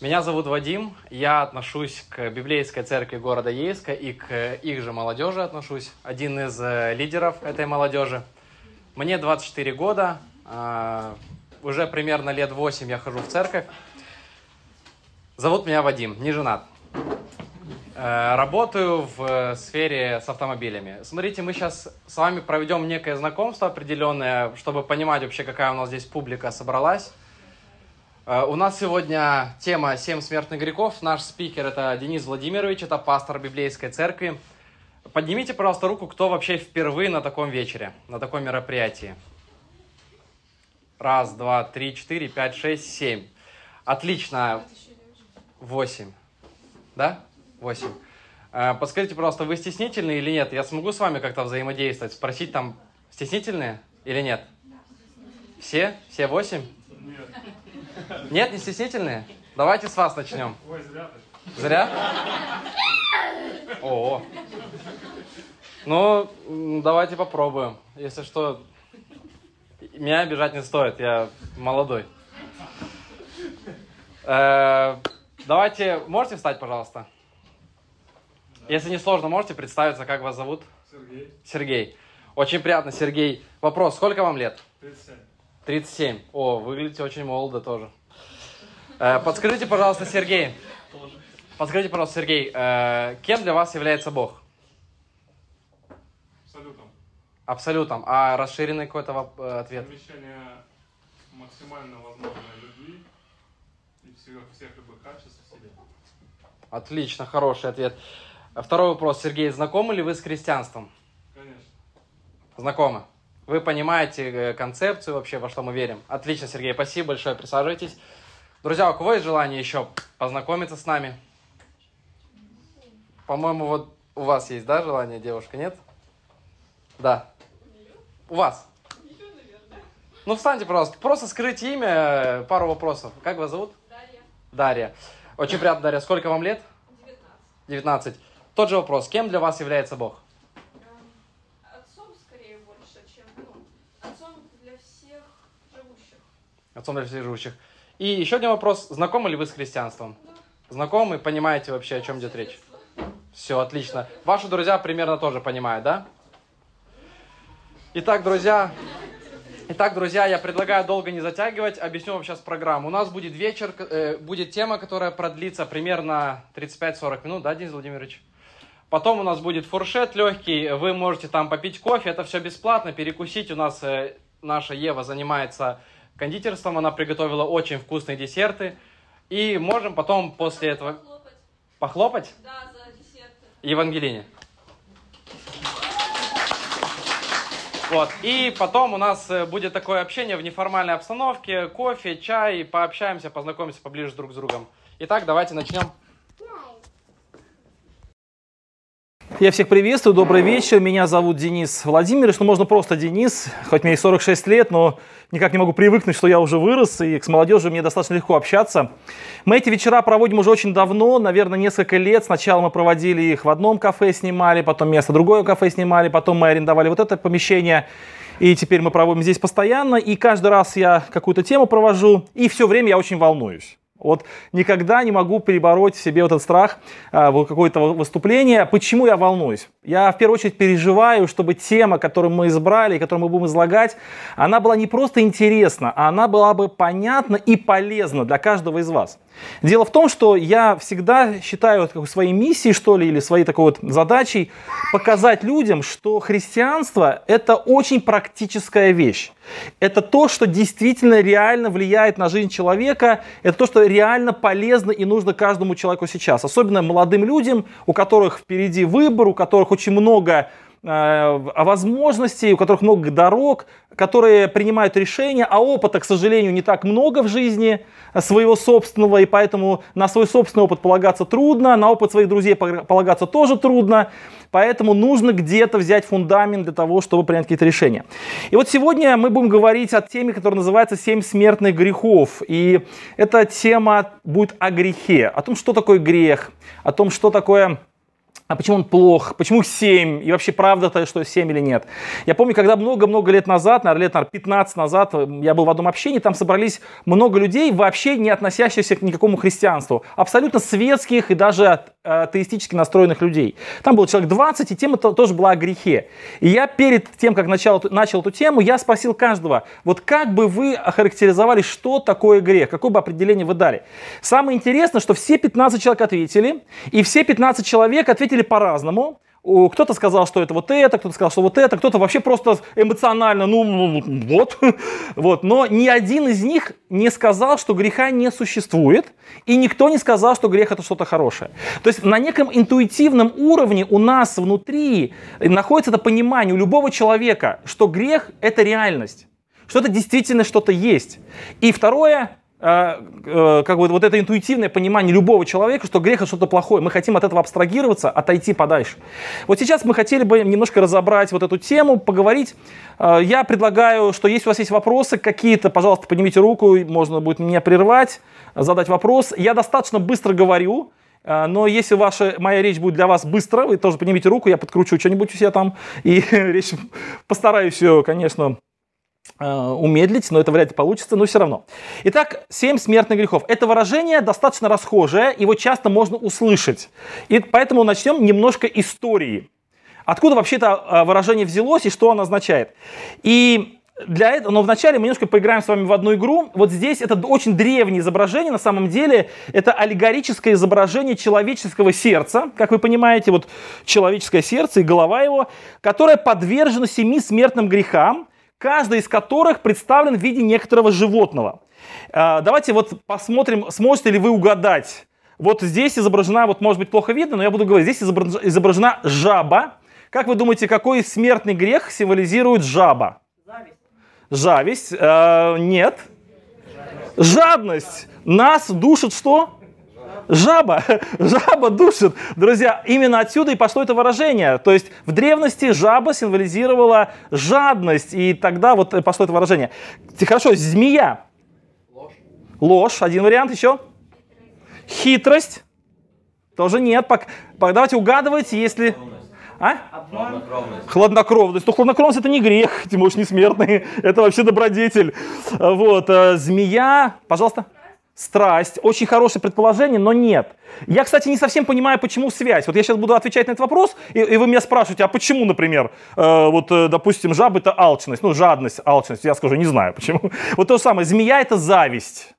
Меня зовут Вадим, я отношусь к библейской церкви города Ейска и к их же молодежи отношусь, один из лидеров этой молодежи. Мне 24 года, уже примерно лет 8 я хожу в церковь. Зовут меня Вадим, не женат. Работаю в сфере с автомобилями. Смотрите, мы сейчас с вами проведем некое знакомство определенное, чтобы понимать вообще, какая у нас здесь публика собралась. У нас сегодня тема «7 смертных грехов». Наш спикер – это Денис Владимирович, это пастор библейской церкви. Поднимите, пожалуйста, руку, кто вообще впервые на таком вечере, на таком мероприятии. 1, 2, 3, 4, 5, 6, 7. Отлично. 8. Да? 8. Подскажите, пожалуйста, вы стеснительные или нет? Я смогу с вами как-то взаимодействовать? Спросить там, стеснительные или нет? Все? Все 8? Нет, не стеснительные? Давайте с вас начнем. Ой, зря ты. Зря? О. Ну, давайте попробуем. Если что, меня обижать не стоит, я молодой. Давайте, можете встать, пожалуйста? Да. Если не сложно, можете представиться, как вас зовут? Сергей. Сергей. Очень приятно, Сергей. Вопрос, сколько вам лет? 37. 37. О, выглядите очень молодо тоже. Подскажите, пожалуйста, Сергей. Подскажите, пожалуйста, Сергей, кем для вас является Бог? Абсолютом. Абсолютом. А расширенный какой-то ответ? Совмещение максимально возможной любви и всех любых качеств в себе. Отлично, хороший ответ. Второй вопрос, Сергей, знакомы ли вы с христианством? Конечно. Знакомы. Вы понимаете концепцию вообще, во что мы верим? Отлично, Сергей, спасибо большое, присаживайтесь. Друзья, у кого есть желание еще познакомиться с нами? По-моему, вот у вас есть, да, желание, девушка, нет? Да. У вас? Ну, встаньте, пожалуйста. Просто скажите имя, пару вопросов. Как вас зовут? Дарья. Дарья. Очень приятно, Дарья. Сколько вам лет? 19. 19. Тот же вопрос. Кем для вас является Бог? Отцом скорее больше, чем, отцом для всех живущих. Отцом для всех живущих. И еще один вопрос. Знакомы ли вы с христианством? Да. Знакомы? Понимаете вообще, о чем идет речь? Все, отлично. Ваши друзья примерно тоже понимают, да? Итак, друзья, я предлагаю долго не затягивать. Объясню вам сейчас программу. У нас будет вечер, будет тема, которая продлится примерно 35-40 минут, да, Денис Владимирович? Потом у нас будет фуршет легкий, вы можете там попить кофе, это все бесплатно, перекусить. У нас наша Ева занимается кондитерством, она приготовила очень вкусные десерты. И можем потом после этого... Похлопать? Да, за десерты. Евангелине. Вот. И потом у нас будет такое общение в неформальной обстановке, кофе, чай, пообщаемся, познакомимся поближе друг с другом. Итак, давайте начнем. Я всех приветствую, добрый вечер. Меня зовут Денис Владимирович, можно просто Денис, хоть мне и 46 лет, но никак не могу привыкнуть, что я уже вырос, и с молодежью мне достаточно легко общаться. Мы эти вечера проводим уже очень давно, наверное, несколько лет. Сначала мы проводили их в одном кафе, снимали, потом место другое кафе снимали, потом мы арендовали вот это помещение, и теперь мы проводим здесь постоянно, и каждый раз я какую-то тему провожу, и все время я очень волнуюсь. Вот никогда не могу перебороть в себе вот этот страх какое-то выступление. Почему я волнуюсь? Я в первую очередь переживаю, чтобы тема, которую мы избрали, которую мы будем излагать, она была не просто интересна, а она была бы понятна и полезна для каждого из вас. Дело в том, что я всегда считаю своей миссией, что ли, или своей такой вот задачей показать людям, что христианство – это очень практическая вещь. Это то, что действительно реально влияет на жизнь человека, это то, что реально полезно и нужно каждому человеку сейчас. Особенно молодым людям, у которых впереди выбор, у которых очень много возможностей, у которых много дорог, которые принимают решения, а опыта, к сожалению, не так много в жизни своего собственного, и поэтому на свой собственный опыт полагаться трудно, на опыт своих друзей полагаться тоже трудно, поэтому нужно где-то взять фундамент для того, чтобы принять какие-то решения. И вот сегодня мы будем говорить о теме, которая называется «7 смертных грехов», и эта тема будет о грехе, о том, что такое грех, о том, что такое а почему он плох, почему 7, и вообще правда-то, что 7 или нет. Я помню, когда много-много лет назад, наверное, лет 15 назад, я был в одном общении, там собрались много людей, вообще не относящихся к никакому христианству, абсолютно светских и даже атеистически настроенных людей. Там было человек 20, и тема тоже была о грехе. И я перед тем, как начал эту тему, я спросил каждого, вот как бы вы охарактеризовали, что такое грех, какое бы определение вы дали. Самое интересное, что все 15 человек ответили, и все 15 человек ответили по-разному. Кто-то сказал, что это вот это, кто-то сказал, что вот это, кто-то вообще просто эмоционально, вот. Но ни один из них не сказал, что греха не существует, и никто не сказал, что грех это что-то хорошее. То есть на неком интуитивном уровне у нас внутри находится это понимание у любого человека, что грех это реальность, что это действительно что-то есть. И второе, как бы вот это интуитивное понимание любого человека, что грех это что-то плохое. Мы хотим от этого абстрагироваться, отойти подальше. Вот сейчас мы хотели бы немножко разобрать вот эту тему, поговорить. Я предлагаю, что если у вас есть вопросы какие-то, пожалуйста, поднимите руку, можно будет меня прервать, задать вопрос. Я достаточно быстро говорю, но если моя речь будет для вас быстро, вы тоже поднимите руку, я подкручу что-нибудь у себя там, и речь постараюсь ее, конечно, умедлить, но это вряд ли получится, но все равно. Итак, 7 смертных грехов. Это выражение достаточно расхожее, его часто можно услышать. И поэтому начнем немножко истории. Откуда вообще это выражение взялось и что оно означает? И для этого, но вначале мы немножко поиграем с вами в одну игру. Вот здесь это очень древнее изображение, на самом деле это аллегорическое изображение человеческого сердца, как вы понимаете, вот человеческое сердце и голова его, которое подвержено 7 смертным грехам, каждый из которых представлен в виде некоторого животного. Давайте вот посмотрим, сможете ли вы угадать. Вот здесь изображена, вот может быть плохо видно, но я буду говорить, здесь изображена жаба. Как вы думаете, какой смертный грех символизирует жаба? Зависть. Нет. Жадность. Нас душит что? Жаба. Жаба душит. Друзья, именно отсюда и пошло это выражение. То есть в древности жаба символизировала жадность, и тогда вот пошло это выражение. Хорошо, змея. Ложь. Один вариант еще. Хитрость. Тоже нет. Давайте угадывайте, если... Хладнокровность. Но хладнокровность это не грех, тем более не смертный. Это вообще добродетель. Вот. Змея. Пожалуйста. Страсть. Очень хорошее предположение, но нет. Я, кстати, не совсем понимаю, почему связь. Вот я сейчас буду отвечать на этот вопрос, и вы меня спрашиваете, а почему, например, допустим, жаба это алчность, жадность, алчность. Я скажу, не знаю почему. Вот то же самое. Змея это зависть.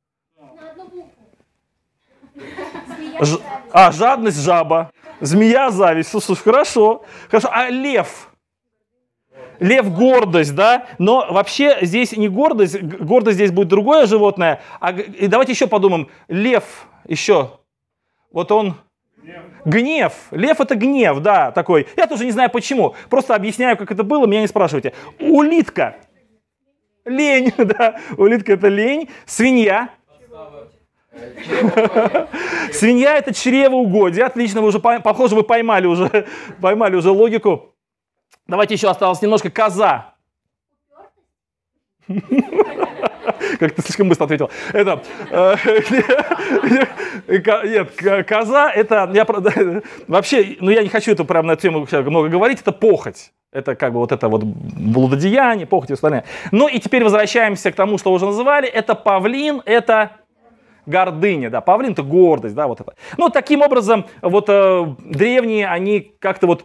Жадность жаба. Змея зависть. Слушай, хорошо. А лев? Лев гордость, да? Но вообще здесь не гордость. Гордость здесь будет другое животное. И давайте еще подумаем. Лев еще. Вот он... Гнев. Лев это гнев, да, такой. Я тоже не знаю почему. Просто объясняю, как это было, меня не спрашивайте. Улитка. Лень, да. Улитка это лень. Свинья. Свинья это чревоугодие. Отлично, вы уже, похоже, вы поймали уже логику. Давайте еще осталось немножко. Коза. Как ты слишком быстро ответил. Нет, коза это... Вообще, я не хочу это прямо на эту тему много говорить, это похоть. Это как бы вот это вот блудодеяние, похоть и остальное. Ну и теперь возвращаемся к тому, что уже называли. Это павлин, это... Гордыня, да, павлин это гордость, да, вот это. Ну, таким образом, вот древние, они как-то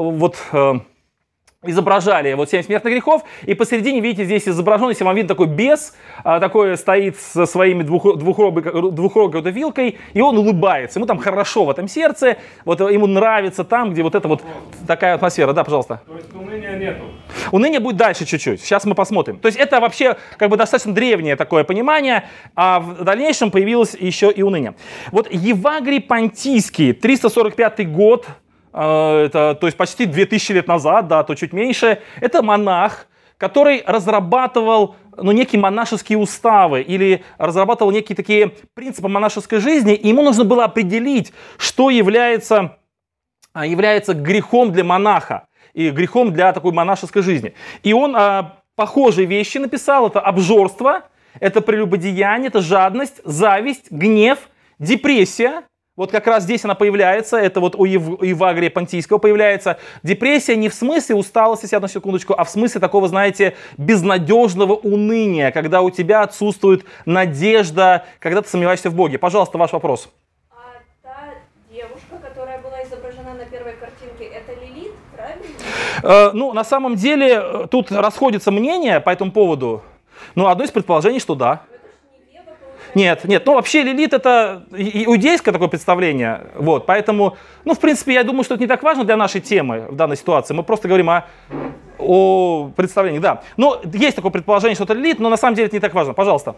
изображали вот 7 смертных грехов, и посередине, видите, здесь изображен, если вам видно, такой бес, такой стоит со своими двухрогой вилкой, и он улыбается, ему там хорошо в этом сердце, вот ему нравится там, где вот эта вот такая атмосфера. Да, пожалуйста. То есть уныния нету? Уныние будет дальше чуть-чуть, сейчас мы посмотрим. То есть это вообще как бы достаточно древнее такое понимание, а в дальнейшем появилось еще и уныние. Вот Евагрий Понтийский, 345 год, это, то есть почти 2000 лет назад, да, то чуть меньше. Это монах, который разрабатывал некие монашеские уставы или разрабатывал некие такие принципы монашеской жизни. И ему нужно было определить, что является грехом для монаха и грехом для такой монашеской жизни. И он похожие вещи написал. Это обжорство, это прелюбодеяние, это жадность, зависть, гнев, депрессия. Вот как раз здесь она появляется, это вот у Евагрия Понтийского появляется. Депрессия не в смысле усталости, одну секундочку, а в смысле такого, знаете, безнадежного уныния, когда у тебя отсутствует надежда, когда ты сомневаешься в Боге. Пожалуйста, ваш вопрос. А та девушка, которая была изображена на первой картинке, это Лилит, правильно? Ну, на самом деле, тут расходятся мнения по этому поводу. Но одно из предположений, что да. Нет, ну вообще Лилит это иудейское такое представление, вот, поэтому, ну, в принципе, я думаю, что это не так важно для нашей темы в данной ситуации, мы просто говорим о представлении, да. Но есть такое предположение, что это Лилит, но на самом деле это не так важно, пожалуйста.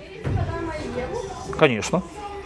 Конечно.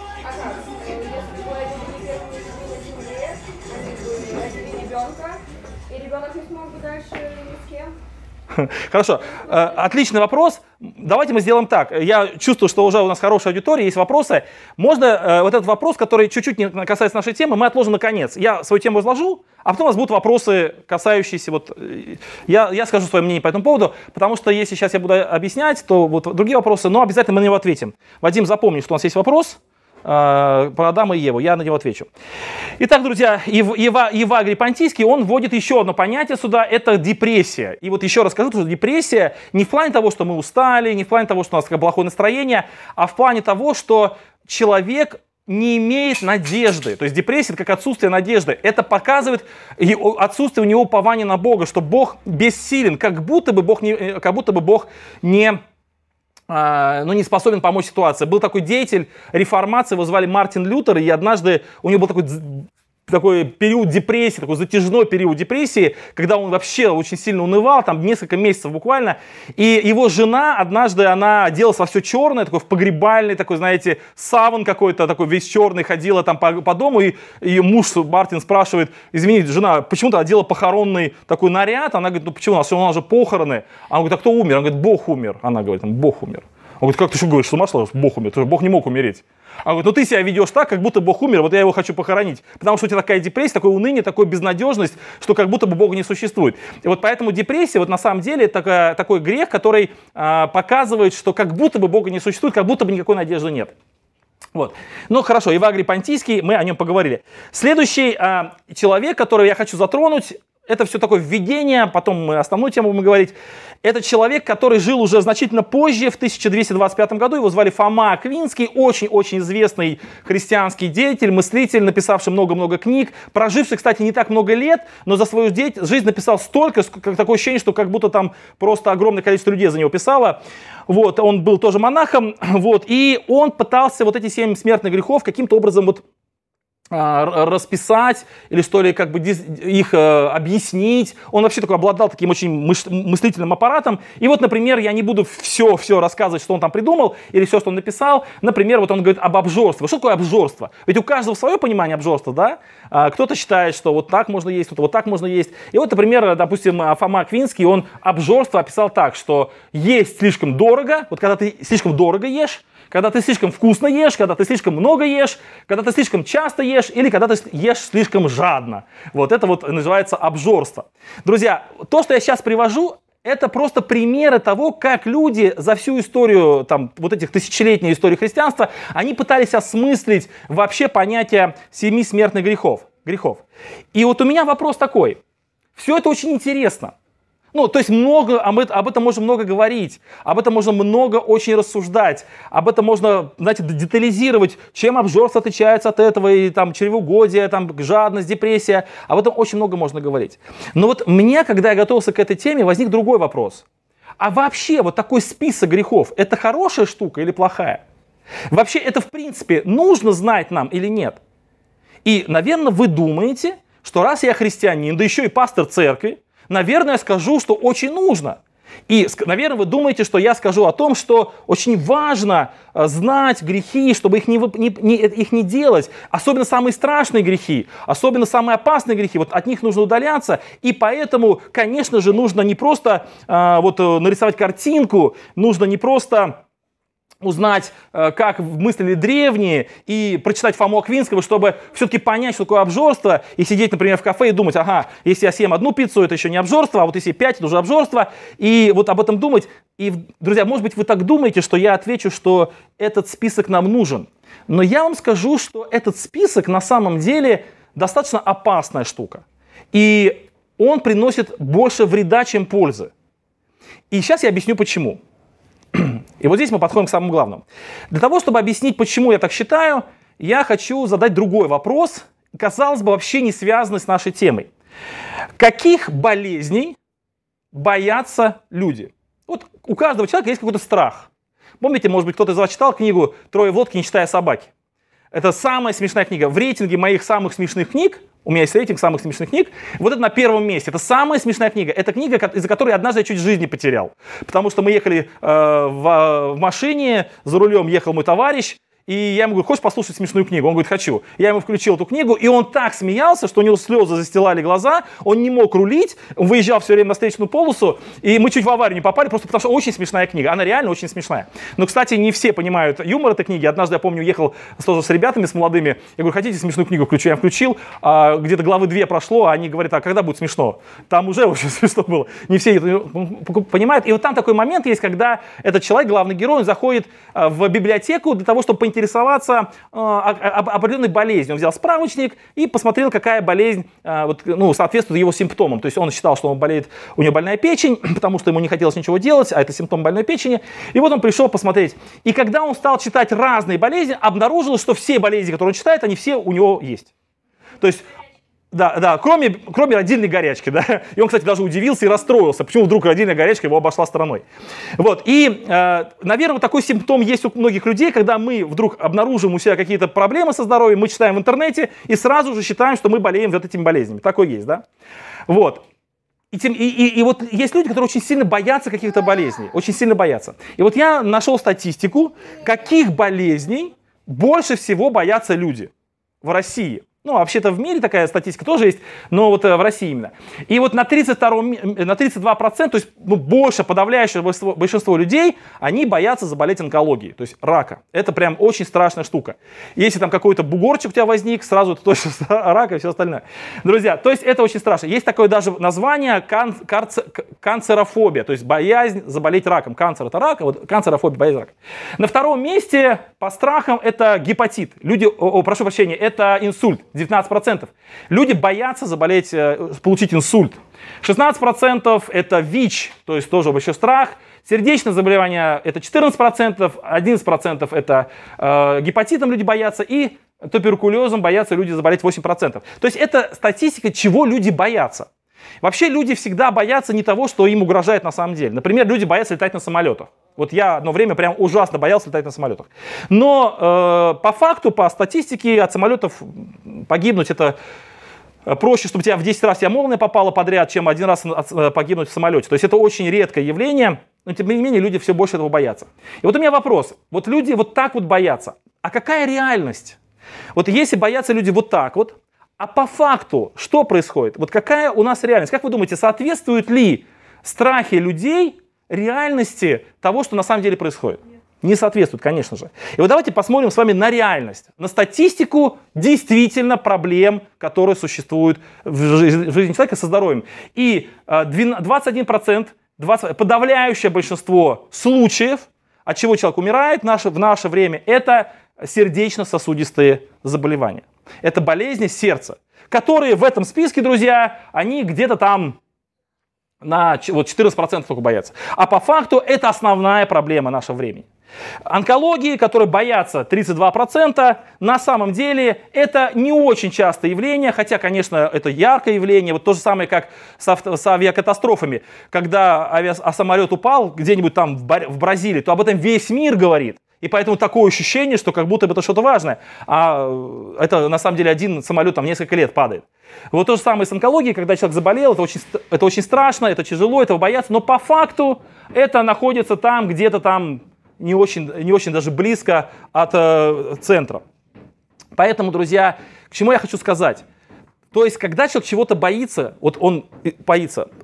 Хорошо, отличный вопрос. Давайте мы сделаем так. Я чувствую, что уже у нас хорошая аудитория, есть вопросы. Можно вот этот вопрос, который чуть-чуть не касается нашей темы, мы отложим на конец. Я свою тему изложу, а потом у нас будут вопросы, касающиеся... Вот, я скажу свое мнение по этому поводу, потому что если сейчас я буду объяснять, то вот другие вопросы, но обязательно мы на него ответим. Вадим, запомни, что у нас есть вопрос про Адама и Еву, я на него отвечу. Итак, друзья, Евагрий Понтийский, он вводит еще одно понятие сюда, это депрессия. И вот еще раз скажу, что депрессия не в плане того, что мы устали, не в плане того, что у нас плохое настроение, а в плане того, что человек не имеет надежды. То есть депрессия — это как отсутствие надежды. Это показывает отсутствие у него упования на Бога, что Бог бессилен, как будто бы Бог не способен помочь ситуации. Был такой деятель реформации, его звали Мартин Лютер, и однажды у него был такой период депрессии, такой затяжной период депрессии, когда он вообще очень сильно унывал, там несколько месяцев буквально, и его жена однажды, она оделась во все черное, такой в погребальный, такой, знаете, саван какой-то, такой весь черный, ходила там по дому, и муж Мартин спрашивает: извините, жена, почему ты одела похоронный такой наряд? Она говорит: ну почему, у нас же похороны. Она говорит: а кто умер? Она говорит: Бог умер. Она говорит: Бог умер. Он говорит: как ты что говоришь, с ума сошла? Бог умер. Бог не мог умереть. А говорит: ну ты себя ведешь так, как будто Бог умер, вот я его хочу похоронить. Потому что у тебя такая депрессия, такое уныние, такая безнадежность, что как будто бы Бога не существует. И вот поэтому депрессия, вот на самом деле, это такой грех, который показывает, что как будто бы Бога не существует, как будто бы никакой надежды нет. Вот. Ну хорошо, Евагрий Понтийский, мы о нем поговорили. Следующий человек, которого я хочу затронуть, это все такое введение, потом мы основную тему будем говорить. Это человек, который жил уже значительно позже, в 1225 году. Его звали Фома Аквинский, очень-очень известный христианский деятель, мыслитель, написавший много-много книг, проживший, кстати, не так много лет, но за свою жизнь написал столько, как такое ощущение, что как будто там просто огромное количество людей за него писало. Вот, он был тоже монахом, вот, и он пытался вот эти 7 смертных грехов каким-то образом вот расписать или что ли как бы их объяснить. Он вообще такой обладал таким очень мыслительным аппаратом. И вот, например, я не буду все рассказывать, что он там придумал или все, что он написал. Например, вот он говорит об обжорстве. Что такое обжорство? Ведь у каждого свое понимание обжорства, да? Кто-то считает, что вот так можно есть, кто-то вот так можно есть. И вот, например, допустим, Фома Аквинский, он обжорство описал так, что есть слишком дорого, вот когда ты слишком дорого ешь, когда ты слишком вкусно ешь, когда ты слишком много ешь, когда ты слишком часто ешь или когда ты ешь слишком жадно. Вот это вот называется обжорство. Друзья, то, что я сейчас привожу, это просто примеры того, как люди за всю историю, там, вот этих тысячелетней истории христианства, они пытались осмыслить вообще понятие 7 смертных грехов. И вот у меня вопрос такой. Все это очень интересно. Ну, то есть об этом можно много говорить, об этом можно много очень рассуждать, об этом можно, знаете, детализировать, чем обжорство отличается от этого, и там чревоугодие, там жадность, депрессия, об этом очень много можно говорить. Но вот мне, когда я готовился к этой теме, возник другой вопрос. А вообще вот такой список грехов, это хорошая штука или плохая? Вообще это в принципе нужно знать нам или нет? И, наверное, вы думаете, что раз я христианин, да еще и пастор церкви, наверное, я скажу, что очень нужно. И, наверное, вы думаете, что я скажу о том, что очень важно знать грехи, чтобы их не делать. Особенно самые страшные грехи, особенно самые опасные грехи. Вот от них нужно удаляться. И поэтому, конечно же, нужно не просто нарисовать картинку, нужно не просто узнать, как мыслили древние, и прочитать Фому Аквинского, чтобы все-таки понять, что такое обжорство, и сидеть, например, в кафе и думать, ага, если я съем одну пиццу, это еще не обжорство, а вот если 5, это уже обжорство, и вот об этом думать. И, друзья, может быть, вы так думаете, что я отвечу, что этот список нам нужен. Но я вам скажу, что этот список на самом деле достаточно опасная штука. И он приносит больше вреда, чем пользы. И сейчас я объясню, почему. И вот здесь мы подходим к самому главному. Для того, чтобы объяснить, почему я так считаю, я хочу задать другой вопрос, казалось бы, вообще не связанный с нашей темой. Каких болезней боятся люди? Вот у каждого человека есть какой-то страх. Помните, может быть, кто-то из вас читал книгу «Трое в лодке, не читая собаки»? Это самая смешная книга. В рейтинге моих самых смешных книг, у меня есть рейтинг самых смешных книг, вот это на первом месте. Это самая смешная книга. Это книга, из-за которой однажды я чуть жизни потерял. Потому что мы ехали в машине, за рулем ехал мой товарищ, и я ему говорю, хочешь послушать смешную книгу? Он говорит, хочу. Я ему включил эту книгу, и он так смеялся, что у него слезы застилали глаза, он не мог рулить, он выезжал все время на встречную полосу, и мы чуть в аварию не попали, просто потому что очень смешная книга. Она реально очень смешная. Но, кстати, не все понимают юмор этой книги. Однажды, я помню, ехал тоже с ребятами, с молодыми, я говорю, хотите смешную книгу включу? Я включил, где-то главы 2 прошло, а они говорят, а когда будет смешно? Там уже очень смешно было. Не все это понимают. И вот там такой момент есть, когда этот человек, главный герой, он заходит в библиотеку для того, чтобы поинтересоваться определенной болезнью. Он взял справочник и посмотрел, какая болезнь соответствует его симптомам. То есть он считал, что он болеет, у него больная печень, потому что ему не хотелось ничего делать, а это симптом больной печени. И вот он пришел посмотреть. И когда он стал читать разные болезни, обнаружилось, что все болезни, которые он читает, они все у него есть. То есть да, кроме родильной горячки, да. И он, кстати, даже удивился и расстроился, почему вдруг родильная горячка его обошла стороной. Вот, и, наверное, вот такой симптом есть у многих людей, когда мы вдруг обнаружим у себя какие-то проблемы со здоровьем, мы читаем в интернете и сразу же считаем, что мы болеем вот этими болезнями. Такое есть, да? Вот. И вот есть люди, которые очень сильно боятся каких-то болезней, очень сильно боятся. И вот я нашел статистику, каких болезней больше всего боятся люди в России. Ну, вообще-то в мире такая статистика тоже есть, но вот в России именно. И вот на 32%, то есть больше, подавляющее большинство людей, они боятся заболеть онкологией, то есть рака. Это прям очень страшная штука. Если там какой-то бугорчик у тебя возник, сразу это точно рак и все остальное. Друзья, то есть это очень страшно. Есть такое даже название канцерофобия, то есть боязнь заболеть раком. Канцер — это рак, а вот канцерофобия — боязнь рака. На втором месте по страхам это гепатит. Прошу прощения, это инсульт. 19%. Люди боятся заболеть, получить инсульт. 16% это ВИЧ, то есть тоже большой страх. Сердечное заболевание это 14%, 11% это гепатитом люди боятся, и туберкулезом боятся люди заболеть 8%. То есть это статистика, чего люди боятся. Вообще люди всегда боятся не того, что им угрожает на самом деле. Например, люди боятся летать на самолетах. Вот я одно время прям ужасно боялся летать на самолетах. Но по факту, по статистике, от самолетов погибнуть это проще, чтобы тебя в 10 раз молния попала подряд, чем один раз погибнуть в самолете. То есть это очень редкое явление, но тем не менее люди все больше этого боятся. И вот у меня вопрос. Вот люди вот так вот боятся. А какая реальность? Вот если боятся люди вот так вот, а по факту что происходит? Вот какая у нас реальность? Как вы думаете, соответствуют ли страхи людей реальности того, что на самом деле происходит? Не соответствует, конечно же. И вот давайте посмотрим с вами на реальность, на статистику действительно проблем, которые существуют в жизни человека со здоровьем. И 21%, подавляющее большинство случаев, от чего человек умирает в наше время, это сердечно-сосудистые заболевания. Это болезни сердца, которые в этом списке, друзья, они где-то там на 14% только боятся. А по факту это основная проблема нашего времени. Онкологии, которые боятся 32%, на самом деле это не очень частое явление, хотя, конечно, это яркое явление. Вот то же самое, как с авиакатастрофами. Когда самолет упал где-нибудь там в Бразилии, то об этом весь мир говорит. И поэтому такое ощущение, что как будто бы это что-то важное. А это на самом деле один самолет там несколько лет падает. Вот то же самое с онкологией, когда человек заболел, это очень страшно, это тяжело, этого боятся. Но по факту это находится там, где-то там не очень даже близко от центра. Поэтому, друзья, к чему я хочу сказать? То есть, когда человек чего-то боится, вот он боится,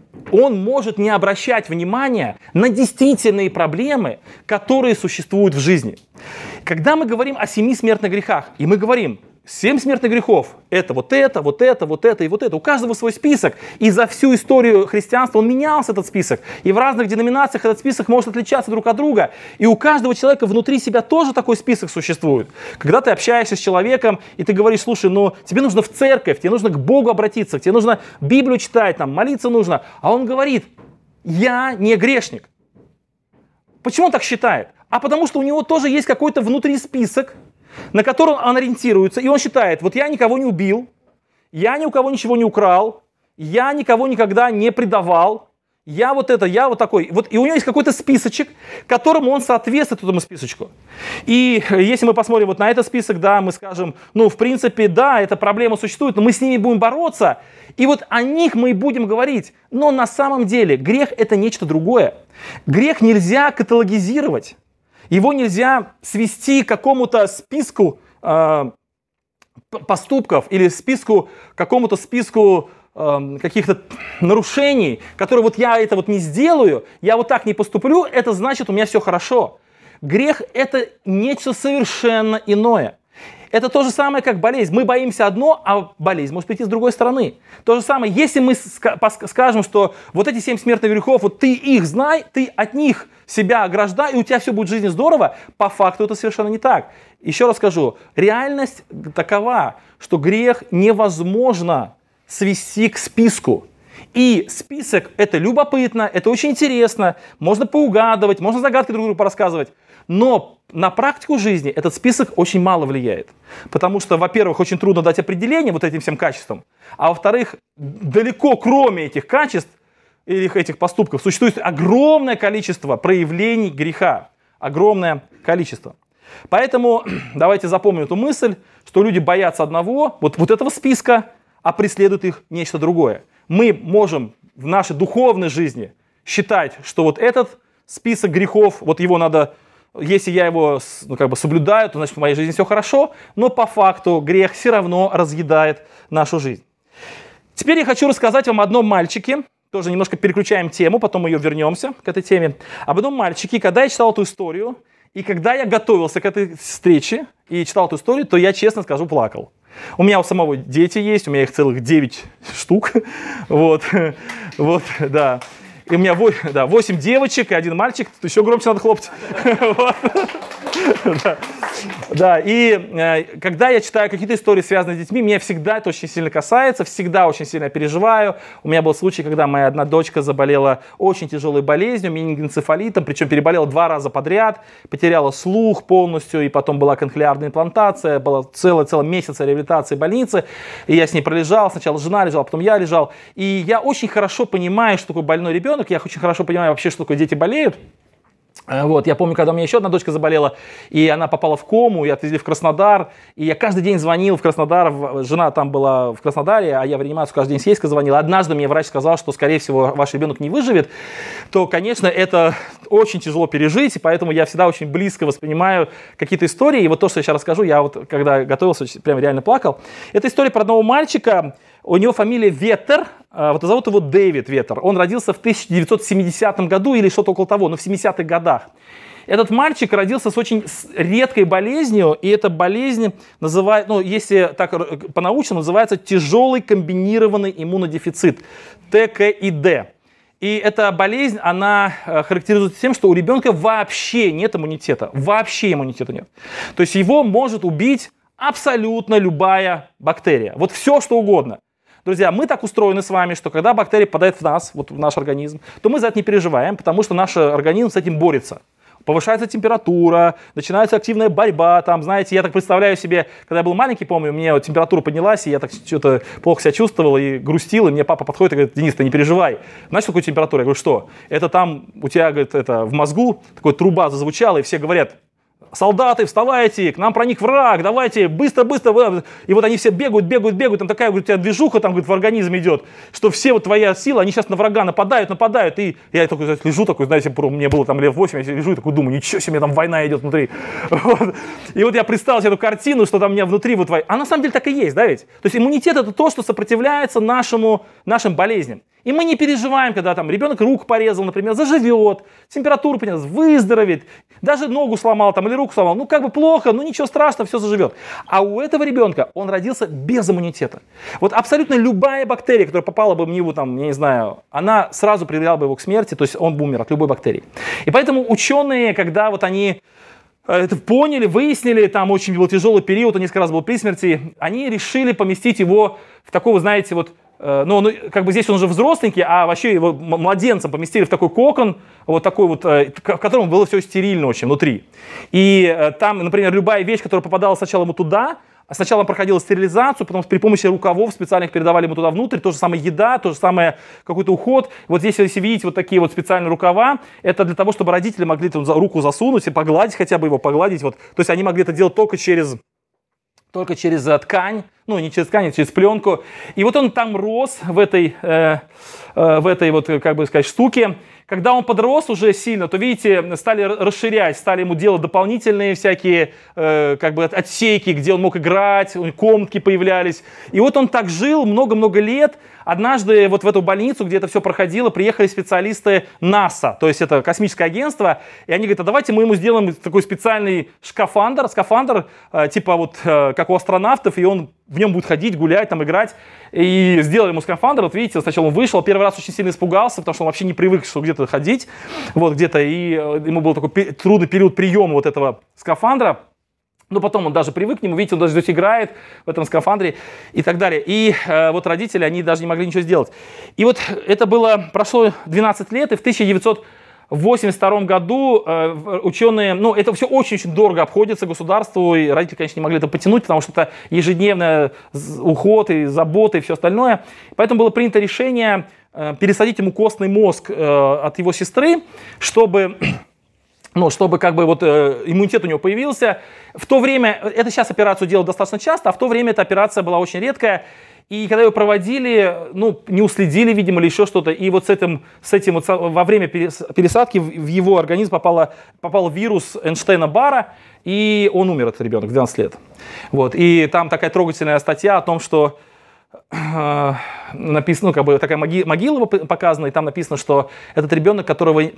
он может не обращать внимания на действительные проблемы, которые существуют в жизни. Когда мы говорим о 7 смертных грехах, и мы говорим, 7 смертных грехов – это вот это, вот это, вот это и вот это. У каждого свой список. И за всю историю христианства он менялся, этот список. И в разных деноминациях этот список может отличаться друг от друга. И у каждого человека внутри себя тоже такой список существует. Когда ты общаешься с человеком, и ты говоришь, слушай, ну тебе нужно в церковь, тебе нужно к Богу обратиться, тебе нужно Библию читать, там, молиться нужно. А он говорит, я не грешник. Почему он так считает? А потому что у него тоже есть какой-то внутри список, на который он ориентируется, и он считает, вот я никого не убил, я ни у кого ничего не украл, я никого никогда не предавал, я вот это, я вот такой. Вот, и у него есть какой-то списочек, которому он соответствует этому списочку. И если мы посмотрим вот на этот список, да, мы скажем, ну, в принципе, да, эта проблема существует, но мы с ними будем бороться, и вот о них мы и будем говорить. Но на самом деле грех – это нечто другое. Грех нельзя каталогизировать. Его нельзя свести к какому-то списку поступков или какому-то списку каких-то нарушений, которые вот я это вот не сделаю, я вот так не поступлю, это значит у меня все хорошо. Грех – это нечто совершенно иное. Это то же самое, как болезнь. Мы боимся одно, а болезнь может прийти с другой стороны. То же самое, если мы скажем, что вот эти 7 смертных грехов, вот ты их знай, ты от них себя ограждай, и у тебя все будет в жизни здорово, по факту это совершенно не так. Еще раз скажу, реальность такова, что грех невозможно свести к списку. И список – это любопытно, это очень интересно, можно поугадывать, можно загадки друг другу порассказывать. Но на практику жизни этот список очень мало влияет. Потому что, во-первых, очень трудно дать определение вот этим всем качествам. А во-вторых, далеко кроме этих качеств или этих поступков существует огромное количество проявлений греха. Огромное количество. Поэтому давайте запомним эту мысль, что люди боятся одного, вот этого списка, а преследует их нечто другое. Мы можем в нашей духовной жизни считать, что вот этот список грехов, вот его надо... Если я его соблюдаю, то значит в моей жизни все хорошо, но по факту грех все равно разъедает нашу жизнь. Теперь я хочу рассказать вам о одном мальчике, тоже немножко переключаем тему, потом мы ее вернемся к этой теме. Об одном мальчике, когда я читал эту историю, и когда я готовился к этой встрече и читал эту историю, то я, честно скажу, плакал. У меня у самого дети есть, у меня их целых 9 штук, вот, да. И у меня 8 девочек и 1 мальчик. Тут еще громче надо хлопать. Да, и когда я читаю какие-то истории, связанные с детьми, меня всегда это очень сильно касается, всегда очень сильно переживаю. У меня был случай, когда моя одна дочка заболела очень тяжелой болезнью, менингоэнцефалитом, причем переболела 2 раза подряд, потеряла слух полностью, и потом была кохлеарная имплантация, была целый месяц реабилитации в больнице, и я с ней пролежал, сначала жена лежала, потом я лежал, и я очень хорошо понимаю, что такое больной ребенок, я очень хорошо понимаю вообще, что такое дети болеют. Вот, я помню, когда у меня еще одна дочка заболела, и она попала в кому, и отвезли в Краснодар, и я каждый день звонил в Краснодар, жена там была в Краснодаре, а я в реанимацию каждый день с Ейска звонил. Однажды мне врач сказал, что, скорее всего, ваш ребенок не выживет, то, конечно, это очень тяжело пережить, и поэтому я всегда очень близко воспринимаю какие-то истории, и вот то, что я сейчас расскажу, я вот, когда готовился, прям реально плакал. Это история про одного мальчика, у него фамилия Ветер, вот зовут его Дэвид Ветер. Он родился в 1970 году или что-то около того, но в 70-х годах. Этот мальчик родился с очень редкой болезнью, и эта болезнь называется, ну, если так по-научному, называется тяжелый комбинированный иммунодефицит, ТКИД. И эта болезнь, она характеризуется тем, что у ребенка вообще нет иммунитета, вообще иммунитета нет. То есть его может убить абсолютно любая бактерия, вот все, что угодно. Друзья, мы так устроены с вами, что когда бактерия попадает в нас, вот в наш организм, то мы за это не переживаем, потому что наш организм с этим борется. Повышается температура, начинается активная борьба, там, знаете, я так представляю себе, когда я был маленький, помню, у меня вот температура поднялась, и я так что-то плохо себя чувствовал и грустил, и мне папа подходит и говорит: Денис, ты не переживай. Знаешь, какую температуру? Я говорю: что? Это там у тебя, говорит, это в мозгу такая труба зазвучала, и все говорят: солдаты, вставайте, к нам проник враг, давайте, быстро. И вот они все бегают, там такая, говорит, у тебя движуха там, говорит, в организме идет, что все вот твоя сила, они сейчас на врага нападают, и я такой лежу, такой, знаете, мне было там лет 8, я лежу и такой думаю: ничего себе, там война идет внутри. Вот. И вот я представил себе эту картину, что там у меня внутри вот война. А на самом деле так и есть, да ведь? То есть иммунитет — это то, что сопротивляется нашим болезням. И мы не переживаем, когда там ребенок руку порезал, например, заживет, температуру поднялась, выздоровеет, даже ногу сломал там или руку сломал. Ну как бы плохо, ну ничего страшного, все заживет. А у этого ребенка он родился без иммунитета. Вот абсолютно любая бактерия, которая попала бы в него, там, я не знаю, она сразу привела бы его к смерти, то есть он бы умер от любой бактерии. И поэтому ученые, когда вот они это поняли, выяснили, там очень был тяжелый период, он несколько раз был при смерти, они решили поместить его в такой, вы знаете, вот, ну, как бы здесь он уже взросленький, а вообще его младенцем поместили в такой кокон, вот такой вот, в котором было все стерильно очень внутри. И там, например, любая вещь, которая попадала сначала ему туда, сначала он проходил стерилизацию, потом при помощи рукавов специальных передавали ему туда внутрь, то же самое еда, то же самое какой-то уход. Вот здесь, если видите, вот такие вот специальные рукава, это для того, чтобы родители могли там руку засунуть и погладить, хотя бы его погладить. Вот. То есть они могли это делать только через ткань, ну не через ткань, а через пленку. И вот он там рос в этой вот, как бы сказать, штуке. Когда он подрос уже сильно, то, видите, стали расширять, стали ему делать дополнительные всякие как бы отсеки, где он мог играть, комнатки появлялись. И вот он так жил много-много лет. Однажды вот в эту больницу, где это все проходило, приехали специалисты НАСА, то есть это космическое агентство, и они говорят, а давайте мы ему сделаем такой специальный скафандр типа вот как у астронавтов, и он в нем будет ходить, гулять, там играть. И сделали ему скафандр, вот видите, сначала он вышел, первый раз очень сильно испугался, потому что он вообще не привык, что где-то ходить, вот где-то, и ему был такой трудный период приема вот этого скафандра. Но потом он даже привык к нему, видите, он даже здесь играет в этом скафандре и так далее. И вот родители, они даже не могли ничего сделать. И вот это прошло 12 лет, и в 1982 году ученые, ну это все очень-очень дорого обходится государству, и родители, конечно, не могли это потянуть, потому что это ежедневный уход и забота и все остальное. Поэтому было принято решение пересадить ему костный мозг от его сестры, чтобы как бы вот иммунитет у него появился. В то время, это сейчас операцию делают достаточно часто, а в то время эта операция была очень редкая. И когда ее проводили, ну, не уследили, видимо, или еще что-то. И вот с этим вот, во время пересадки в его организм попал вирус Эйнштейна-Барра, и он умер, этот ребенок, в 12 лет. Вот. И там такая трогательная статья о том, что написано, ну, как бы такая могила показана, и там написано, что этот ребенок, который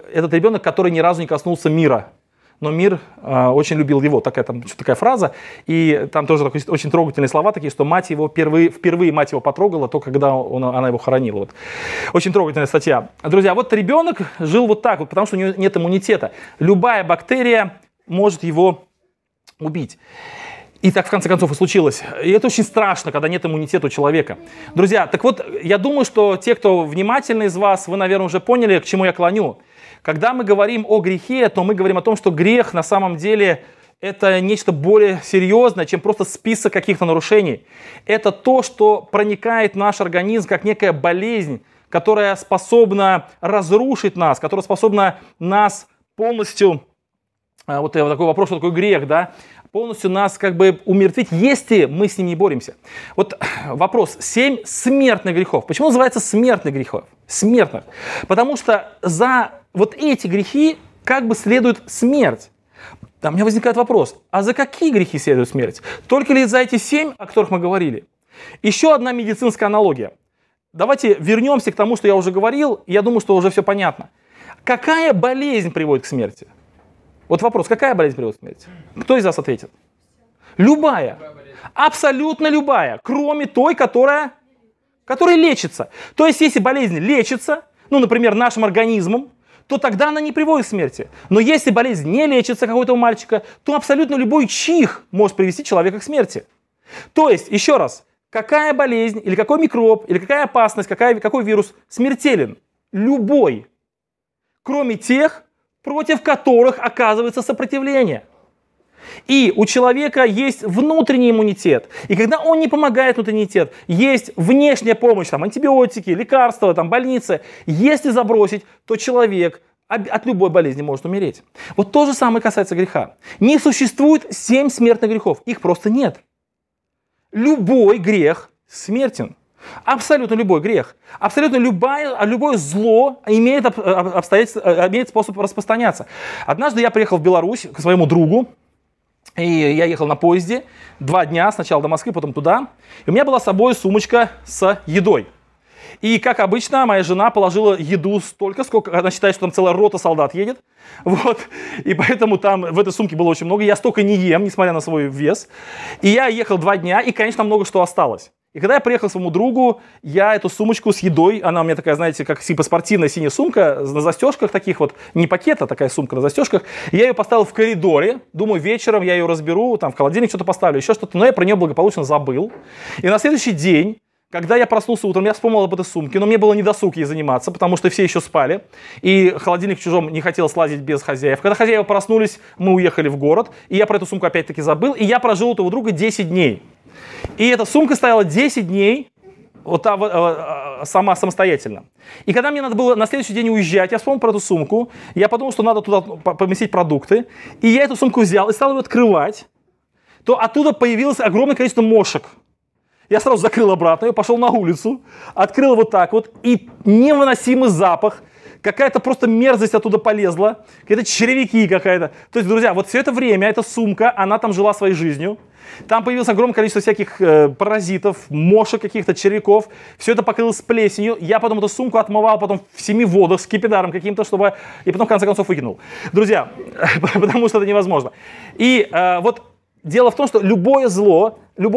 ни разу не коснулся мира, но мир очень любил его. Такая фраза, и там тоже очень трогательные слова такие, что мать его впервые мать его потрогала, то когда она его хоронила. Вот. Очень трогательная статья. Друзья, вот ребенок жил вот так вот, потому что у него нет иммунитета. Любая бактерия может его убить. И так в конце концов и случилось. И это очень страшно, когда нет иммунитета у человека. Друзья, так вот, я думаю, что те, кто внимательны из вас, вы, наверное, уже поняли, к чему я клоню. Когда мы говорим о грехе, то мы говорим о том, что грех на самом деле это нечто более серьезное, чем просто список каких-то нарушений. Это то, что проникает в наш организм как некая болезнь, которая способна разрушить нас, которая способна нас полностью... Вот такой вопрос, что такое грех, да? Полностью нас как бы умертвить, если мы с ним не боремся. Вот вопрос. 7 смертных грехов. Почему называется смертных грехов? Смертных. Потому что за вот эти грехи как бы следует смерть. У меня возникает вопрос. А за какие грехи следует смерть? Только ли за эти 7, о которых мы говорили? Еще одна медицинская аналогия. Давайте вернемся к тому, что я уже говорил. Я думаю, что уже все понятно. Какая болезнь приводит к смерти? Вот вопрос, какая болезнь приводит к смерти? Кто из вас ответит? Любая. Абсолютно любая, кроме той, которая лечится. То есть, если болезнь лечится, ну, например, нашим организмом, то тогда она не приводит к смерти. Но если болезнь не лечится какого-то мальчика, то абсолютно любой чих может привести человека к смерти. То есть, еще раз, какая болезнь, или какой микроб, или какая опасность, какой вирус смертелен? Любой. Кроме тех, против которых оказывается сопротивление. И у человека есть внутренний иммунитет. И когда он не помогает внутренний иммунитет, есть внешняя помощь, там, антибиотики, лекарства, там, больницы. Если забросить, то человек от любой болезни может умереть. Вот то же самое касается греха. Не существует 7 смертных грехов. Их просто нет. Любой грех смертен. Абсолютно любой грех, абсолютно любое зло имеет способ распространяться. Однажды я приехал в Беларусь к своему другу, и я ехал на поезде 2 дня, сначала до Москвы, потом туда. И у меня была с собой сумочка с едой. И, как обычно, моя жена положила еду столько, сколько она считает, что там целая рота солдат едет. Вот. И поэтому там в этой сумке было очень много. Я столько не ем, несмотря на свой вес. И я ехал 2 дня, и, конечно, много что осталось. И когда я приехал к своему другу, я эту сумочку с едой, она у меня такая, знаете, как типа спортивная синяя сумка на застежках таких вот, не пакет, а такая сумка на застежках. Я ее поставил в коридоре, думаю, вечером я ее разберу, там в холодильник что-то поставлю, еще что-то, но я про нее благополучно забыл. И на следующий день, когда я проснулся утром, я вспомнил об этой сумке, но мне было не досуг ей заниматься, потому что все еще спали, и холодильник в чужом не хотел слазить без хозяев. Когда хозяева проснулись, мы уехали в город, и я про эту сумку опять-таки забыл, и я прожил у этого друга 10 дней. И эта сумка стояла 10 дней вот самостоятельно. И когда мне надо было на следующий день уезжать, я вспомнил про эту сумку, я подумал, что надо туда поместить продукты, и я эту сумку взял и стал ее открывать, то оттуда появилось огромное количество мошек. Я сразу закрыл обратно ее, пошел на улицу, открыл вот так вот, и невыносимый запах, какая-то просто мерзость оттуда полезла, какие-то червяки какая-то. То есть, друзья, вот все это время эта сумка, она там жила своей жизнью. Там появилось огромное количество всяких паразитов, мошек каких-то, червяков. Все это покрылось плесенью. Я потом эту сумку отмывал потом в 7 водах с скипидаром каким-то, чтобы... И потом в конце концов выкинул. Друзья, потому что это невозможно. И вот дело в том, что любое зло,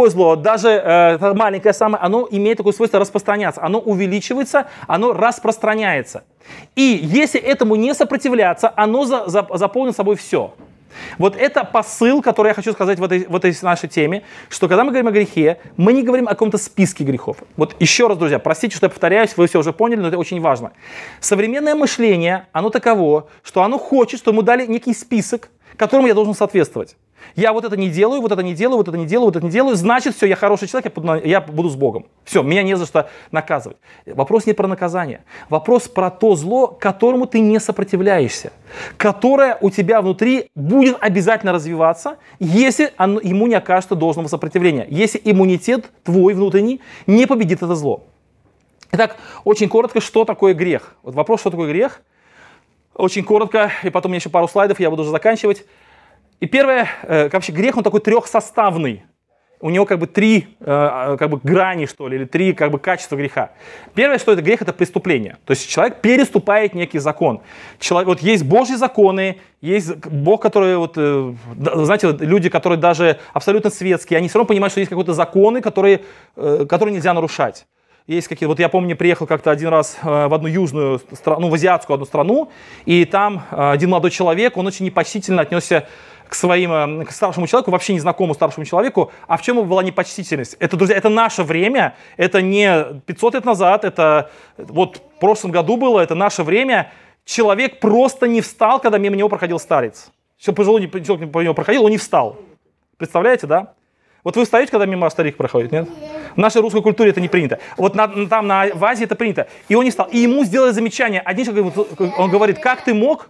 даже маленькое самое, оно имеет такое свойство распространяться. Оно увеличивается, оно распространяется. И если этому не сопротивляться, оно заполнит собой все. Вот это посыл, который я хочу сказать в этой нашей теме, что когда мы говорим о грехе, мы не говорим о каком-то списке грехов. Вот еще раз, друзья, простите, что я повторяюсь, вы все уже поняли, но это очень важно. Современное мышление, оно таково, что оно хочет, чтобы мы дали некий список, которому я должен соответствовать. Я вот это не делаю, вот это не делаю, вот это не делаю, вот это не делаю, значит, все, я хороший человек, я буду с Богом. Все, меня не за что наказывать. Вопрос не про наказание. Вопрос про то зло, которому ты не сопротивляешься, которое у тебя внутри будет обязательно развиваться, если ему не окажется должного сопротивления, если иммунитет твой внутренний не победит это зло. Итак, очень коротко, что такое грех? Вот вопрос, что такое грех? Очень коротко, и потом у меня еще пару слайдов, я буду уже заканчивать. И первое, вообще грех, он такой трехсоставный. У него как бы 3 грани, что ли, или 3 качества греха. Первое, что это грех, это преступление. То есть человек переступает некий закон. Вот есть Божьи законы, есть Бог, который, знаете, люди, которые даже абсолютно светские, они все равно понимают, что есть какие-то законы, которые нельзя нарушать. Есть какие-то, вот я помню, приехал как-то один раз в одну южную страну, в азиатскую одну страну, и там один молодой человек, он очень непочтительно отнесся к старшему человеку, вообще незнакомому старшему человеку. А в чем была непочтительность? Это, друзья, это наше время, это не 500 лет назад, это вот в прошлом году было, это наше время. Человек просто не встал, когда мимо него проходил старец. Все пожилой человек по него проходил, он не встал. Представляете, да? Вот вы встаете, когда мимо старик проходит, нет? В нашей русской культуре это не принято. Вот там в Азии это принято. И он не встал. И ему сделали замечание. Один человек, он говорит, как ты мог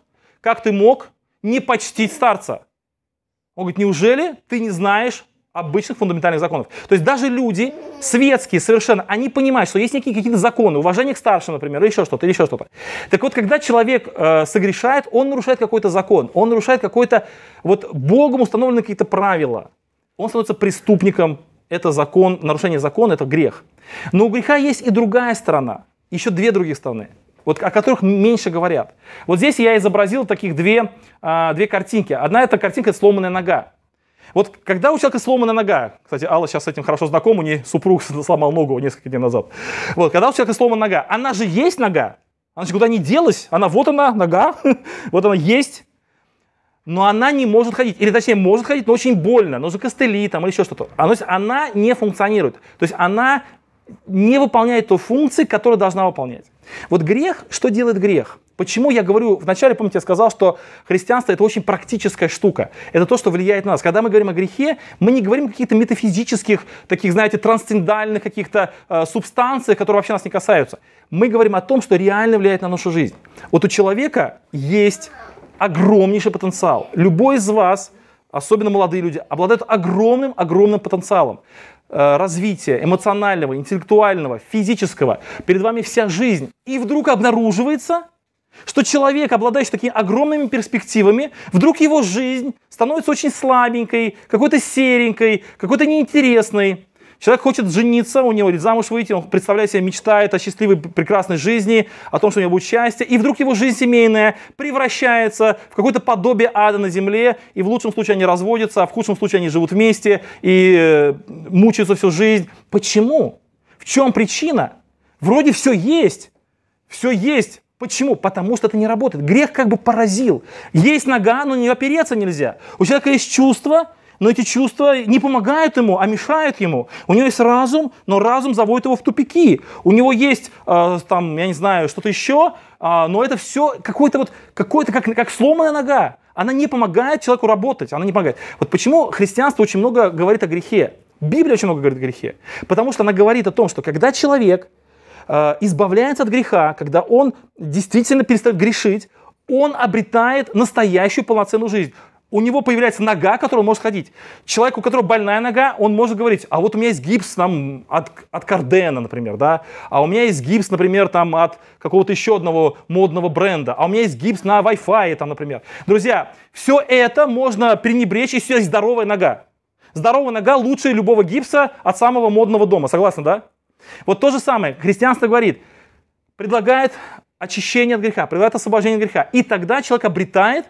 не почтить старца? Он говорит, неужели ты не знаешь обычных фундаментальных законов? То есть даже люди светские совершенно, они понимают, что есть какие-то законы, уважение к старшим, например, или еще что-то. Так вот, когда человек согрешает, он нарушает какой-то закон, он нарушает какой-то, Богом установлены какие-то правила. Он становится преступником, это закон, нарушение закона, это грех. Но у греха есть и другая сторона, еще 2 других стороны. О которых меньше говорят. Вот здесь я изобразил таких 2 картинки. Одна это картинка, это сломанная нога. Вот когда у человека сломанная нога, кстати, Алла сейчас с этим хорошо знакома, у нее супруг сломал ногу несколько дней назад. Вот, когда у человека сломанная нога, она же есть нога, она же куда не делась, вот она, нога, вот она есть, но она не может ходить, или точнее может ходить, но очень больно, нужны костыли там, или еще что-то. Она не функционирует, то есть она не выполняет той функции, которую должна выполнять. Вот грех, что делает грех? Почему я говорю, вначале, помните, я сказал, что христианство это очень практическая штука. Это то, что влияет на нас. Когда мы говорим о грехе, мы не говорим о каких-то метафизических, таких, знаете, трансцендентальных каких-то субстанциях, которые вообще нас не касаются. Мы говорим о том, что реально влияет на нашу жизнь. Вот у человека есть огромнейший потенциал. Любой из вас, особенно молодые люди, обладают огромным потенциалом. Развития эмоционального, интеллектуального, физического. Перед вами вся жизнь. И вдруг обнаруживается, что человек, обладающий такими огромными перспективами, вдруг его жизнь становится очень слабенькой, какой-то серенькой, какой-то неинтересной. Человек хочет жениться, у него или замуж выйти, он представляет себе, мечтает о счастливой, прекрасной жизни, о том, что у него будет счастье, и вдруг его жизнь семейная превращается в какое-то подобие ада на земле, и в лучшем случае они разводятся, а в худшем случае они живут вместе и мучаются всю жизнь. Почему? В чем причина? Вроде все есть. Почему? Потому что это не работает. Грех как бы поразил. Есть нога, но не опереться нельзя. У человека есть чувства, но эти чувства не помогают ему, а мешают ему. У него есть разум, но разум заводит его в тупики. У него есть, там, я не знаю, что-то еще, но это все какое-то как сломанная нога. Она не помогает человеку работать, она не помогает. Вот почему христианство очень много говорит о грехе. Библия очень много говорит о грехе. Потому что она говорит о том, что когда человек избавляется от греха, когда он действительно перестает грешить, он обретает настоящую полноценную жизнь. У него появляется нога, которой он может ходить. Человек, у которого больная нога, он может говорить, а вот у меня есть гипс там, от Кардена, например, да, а у меня есть гипс, например, там, от какого-то еще одного модного бренда, а у меня есть гипс на Wi-Fi, там, например. Друзья, все это можно пренебречь, если есть здоровая нога. Здоровая нога лучше любого гипса от самого модного дома, согласны, да? Вот то же самое, христианство говорит, предлагает очищение от греха, предлагает освобождение от греха, и тогда человек обретает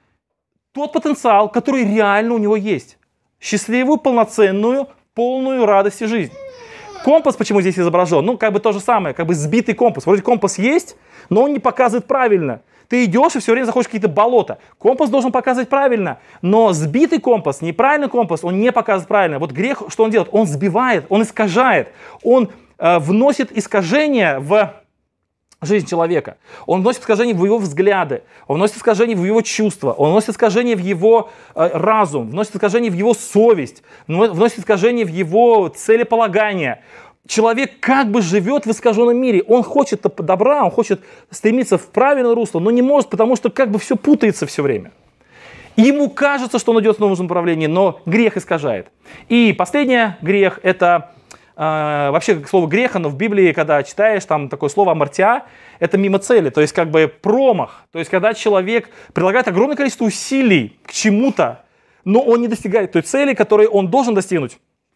тот потенциал, который реально у него есть. Счастливую, полноценную, полную радости жизнь. Компас почему здесь изображен? Ну, как бы то же самое, как бы сбитый компас. Вроде компас есть, но он не показывает правильно. Ты идешь и все время заходишь в какие-то болота. Компас должен показывать правильно, но сбитый компас, неправильный компас, он не показывает правильно. Вот грех, что он делает? Он сбивает, он искажает, он вносит искажения в жизнь человека. Он вносит искажения в его взгляды, он вносит искажения в его чувства, он вносит искажения в его разум, вносит искажения в его совесть, вносит искажения в его целеполагание. Человек как бы живет в искаженном мире. Он хочет добра, он хочет стремиться в правильное русло, но не может, потому что как бы все путается все время. И ему кажется, что он идет в нужном направлении, но грех искажает. И последний грех – это вообще слово грех, оно в Библии, когда читаешь, там такое слово амартия, это мимо цели, то есть как бы промах. То есть когда человек прилагает огромное количество усилий к чему-то, но он не достигает той цели, которую он должен достигнуть.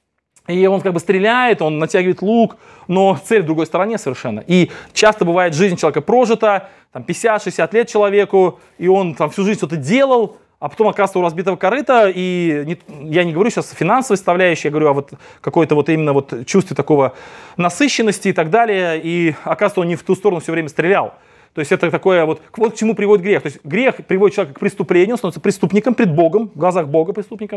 И он как бы стреляет, он натягивает лук, но цель в другой стороне совершенно. И часто бывает, жизнь человека прожита, там 50-60 лет человеку, и он там всю жизнь что-то делал, а потом оказывается у разбитого корыта, и я не говорю сейчас о финансовой составляющей, я говорю о вот какой-то вот именно вот чувстве такого насыщенности и так далее, и оказывается он не в ту сторону все время стрелял. То есть это такое вот к чему приводит грех. То есть грех приводит человека к преступлению, он становится преступником пред Богом, в глазах Бога преступником.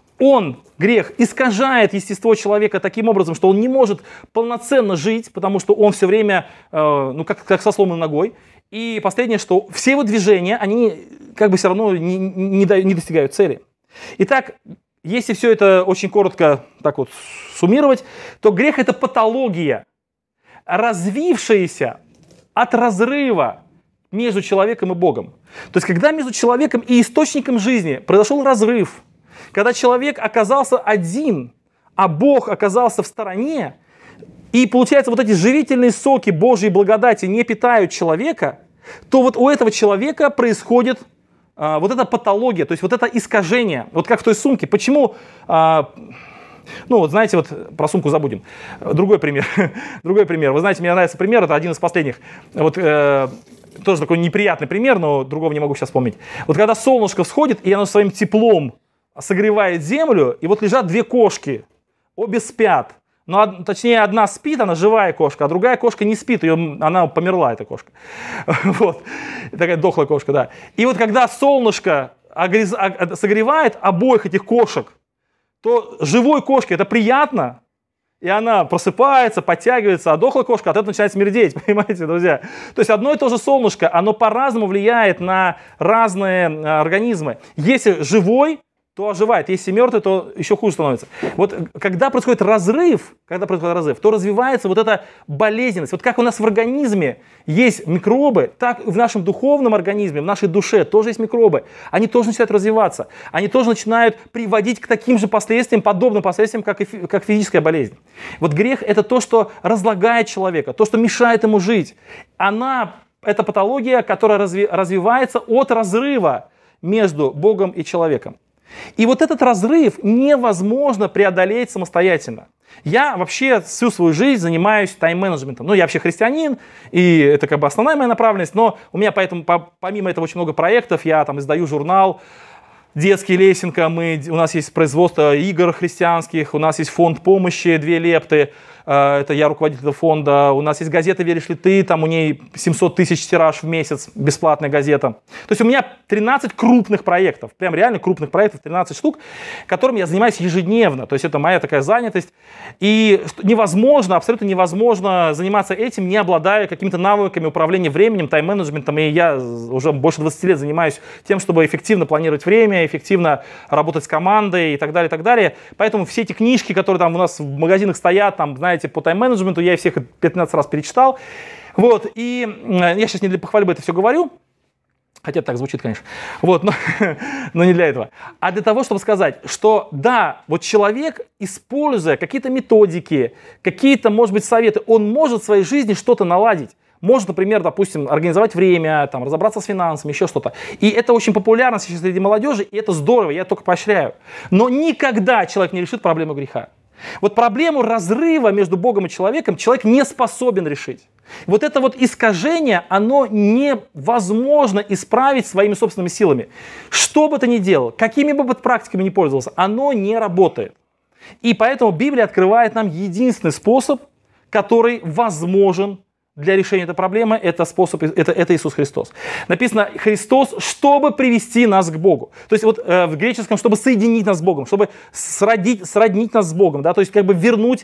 Грех, искажает естество человека таким образом, что он не может полноценно жить, потому что он все время, как со сломанной ногой. И последнее, что все его движения, они как бы все равно не достигают цели. Итак, если все это очень коротко так вот суммировать, то грех – это патология, развившаяся от разрыва между человеком и Богом. То есть, когда между человеком и источником жизни произошел разрыв, когда человек оказался один, а Бог оказался в стороне, и, получается, вот эти живительные соки Божьей благодати не питают человека, то вот у этого человека происходит вот эта патология, то есть вот это искажение. Вот как в той сумке. Почему... вот знаете, вот про сумку забудем. Другой пример. Вы знаете, мне нравится пример, это один из последних. Вот тоже такой неприятный пример, но другого не могу сейчас вспомнить. Вот когда солнышко всходит, и оно своим теплом согревает землю, и вот лежат две кошки, обе спят. Точнее, одна спит, она живая кошка, а другая кошка не спит, она померла, эта кошка. Вот. Такая дохлая кошка, да. И вот когда солнышко согревает обоих этих кошек, то живой кошке это приятно, и она просыпается, подтягивается, а дохлая кошка от этого начинает смердеть, понимаете, друзья? То есть одно и то же солнышко, оно по-разному влияет на разные организмы. Если живой, то оживает, если мертвый, то еще хуже становится. Вот когда происходит разрыв, то развивается вот эта болезненность. Вот как у нас в организме есть микробы, так и в нашем духовном организме, в нашей душе тоже есть микробы. Они тоже начинают развиваться. Они тоже начинают приводить к таким же последствиям, подобным последствиям, как физическая болезнь. Вот грех – это то, что разлагает человека, то, что мешает ему жить. Это патология, которая развивается от разрыва между Богом и человеком. И вот этот разрыв невозможно преодолеть самостоятельно. Я вообще всю свою жизнь занимаюсь тайм-менеджментом. Ну, я вообще христианин, и это как бы основная моя направленность, но у меня поэтому, помимо этого, очень много проектов. Я там издаю журнал «Детский Лесенко», у нас есть производство игр христианских, у нас есть фонд помощи «Две лепты», это я руководитель этого фонда, у нас есть газета «Веришь ли ты», там у ней 700 тысяч тираж в месяц, бесплатная газета. То есть у меня 13 крупных проектов, прям реально крупных проектов, 13 штук, которыми я занимаюсь ежедневно, то есть это моя такая занятость. И невозможно, абсолютно невозможно заниматься этим, не обладая какими-то навыками управления временем, тайм-менеджментом, и я уже больше 20 лет занимаюсь тем, чтобы эффективно планировать время, эффективно работать с командой и так далее, и так далее. Поэтому все эти книжки, которые там у нас в магазинах стоят, там, знаете, по тайм-менеджменту, я их всех 15 раз перечитал. Вот, и я сейчас не для похвальбы это все говорю, хотя так звучит, конечно, вот, но не для этого. А для того, чтобы сказать, что да, вот человек, используя какие-то методики, какие-то, может быть, советы, он может в своей жизни что-то наладить. Может, например, допустим, организовать время, там, разобраться с финансами, еще что-то. И это очень популярно сейчас среди молодежи, и это здорово, я только поощряю. Но никогда человек не решит проблему греха. Вот проблему разрыва между Богом и человеком человек не способен решить. Вот это вот искажение, оно невозможно исправить своими собственными силами. Что бы ты ни делал, какими бы практиками ни пользовался, оно не работает. И поэтому Библия открывает нам единственный способ, который возможен для решения этой проблемы, это Иисус Христос. Написано «Христос, чтобы привести нас к Богу». То есть вот в греческом, чтобы соединить нас с Богом, чтобы сроднить нас с Богом, да, то есть как бы вернуть,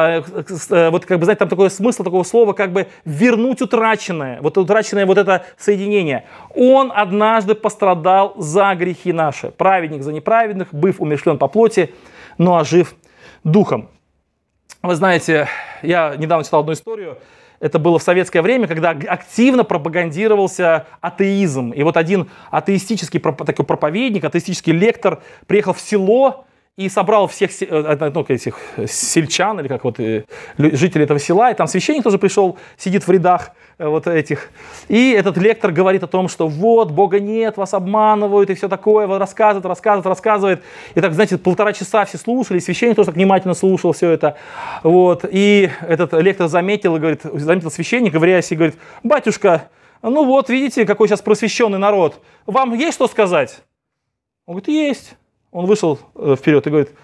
вот как бы, знаете, там такой смысл такого слова, как бы вернуть утраченное вот это соединение. Он однажды пострадал за грехи наши, праведник за неправедных, быв умершлен по плоти, но ожив духом. Вы знаете, я недавно читал одну историю. Это было в советское время, когда активно пропагандировался атеизм. И вот один атеистический такой проповедник, атеистический лектор приехал в село и собрал всех этих сельчан, или как вот жителей этого села. И там священник тоже пришел, сидит в рядах вот этих. И этот лектор говорит о том, что вот, Бога нет, вас обманывают и все такое. Вот рассказывает. И так, знаете, 1,5 часа все слушали, и священник тоже так внимательно слушал все это. Вот. И этот лектор заметил священника, говорясь, и говорит: батюшка, ну вот, видите, какой сейчас просвещенный народ. Вам есть что сказать? Он говорит: есть. Он вышел вперед и говорит: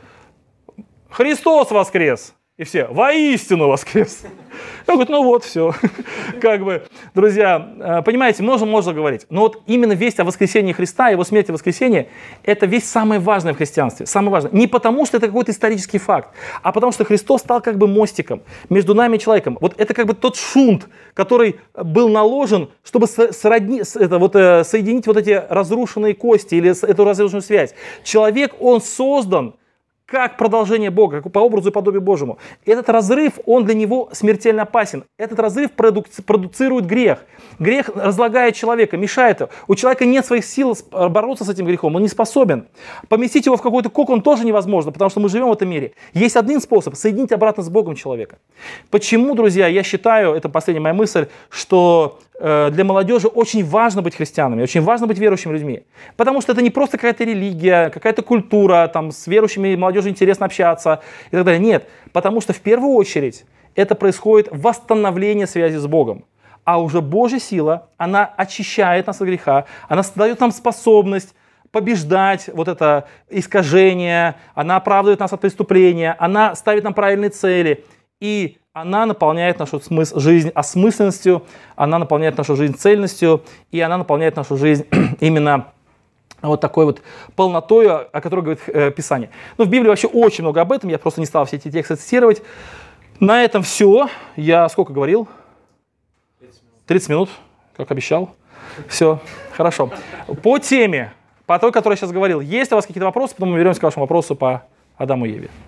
Христос воскрес! И все: воистину воскрес! Я говорю: ну вот, все. Как бы, друзья, понимаете, можно говорить. Но вот именно весть о воскресении Христа, его смерти и воскресении, это весть самое важное в христианстве. Самое важное. Не потому, что это какой-то исторический факт, а потому, что Христос стал как бы мостиком между нами и человеком. Вот это как бы тот шунт, который был наложен, чтобы соединить вот эти разрушенные кости или эту разрушенную связь. Человек, он создан как продолжение Бога, как по образу и подобию Божьему. Этот разрыв, он для него смертельно опасен. Этот разрыв продуцирует грех. Грех разлагает человека, мешает его. У человека нет своих сил бороться с этим грехом, он не способен. Поместить его в какой-то кокон тоже невозможно, потому что мы живем в этом мире. Есть один способ — соединить обратно с Богом человека. Почему, друзья, я считаю, это последняя моя мысль, что для молодежи очень важно быть христианами, очень важно быть верующими людьми. Потому что это не просто какая-то религия, какая-то культура, там с верующими молодежью интересно общаться и так далее. Нет, потому что в первую очередь это происходит восстановление связи с Богом. А уже Божья сила, она очищает нас от греха, она дает нам способность побеждать вот это искажение, она оправдывает нас от преступления, она ставит нам правильные цели. И она наполняет нашу жизнь осмысленностью, она наполняет нашу жизнь цельностью, и она наполняет нашу жизнь именно вот такой вот полнотой, о которой говорит Писание. Ну, в Библии вообще очень много об этом, я просто не стал все эти тексты цитировать. На этом все. Я сколько говорил? 30 минут, как обещал. Все, хорошо. По теме, по той, о которой я сейчас говорил, есть у вас какие-то вопросы? Потом мы вернемся к вашему вопросу по Адаму и Еве.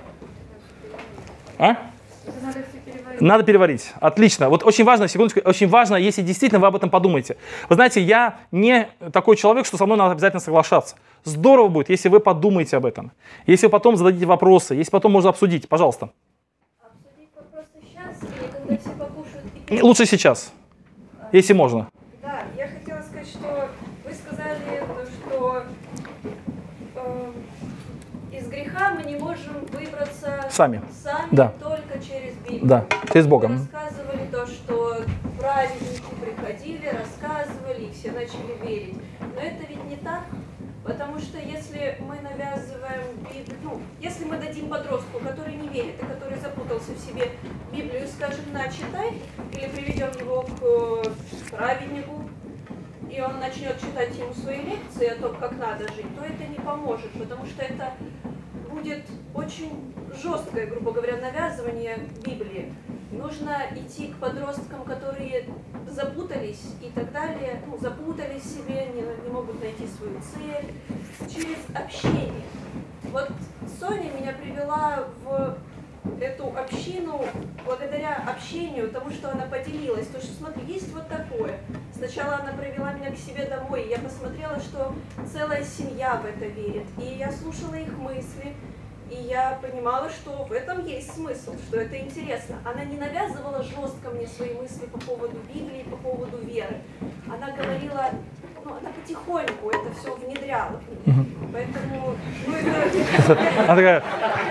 Надо переварить. Отлично. Вот очень важно, секундочку, очень важно, если действительно вы об этом подумаете. Вы знаете, я не такой человек, что со мной надо обязательно соглашаться. Здорово будет, если вы подумаете об этом. Если вы потом зададите вопросы, если потом можно обсудить. Пожалуйста. Обсудить вопросы сейчас или когда все покушают? Лучше сейчас, если можно. Да, я хотела сказать, что вы сказали, что из греха мы не можем выбраться Сами. Сами Да. только через Библию. Да, через Бога. Вы рассказывали то, что праведники приходили, рассказывали, и все начали верить. Но это ведь не так. Потому что если мы навязываем Библию, ну, если мы дадим подростку, который не верит и который запутался в себе, Библию, скажем, на, читай, или приведем его к праведнику, и он начнет читать ему свои лекции о том, как надо жить, то это не поможет, потому что это будет очень жесткое, грубо говоря, навязывание Библии. Нужно идти к подросткам, которые запутались и так далее, ну, запутались в себе, не могут найти свою цель, через общение. Вот Соня меня привела в эту общину благодаря общению, тому, что она поделилась. То, что, смотри, есть вот такое. Сначала она привела меня к себе домой, и я посмотрела, что целая семья в это верит. И я слушала их мысли, и я понимала, что в этом есть смысл, что это интересно. Она не навязывала жестко мне свои мысли по поводу Библии, по поводу веры. Она говорила, ну, она потихоньку это все внедряла. Поэтому, ну, это... Она такая,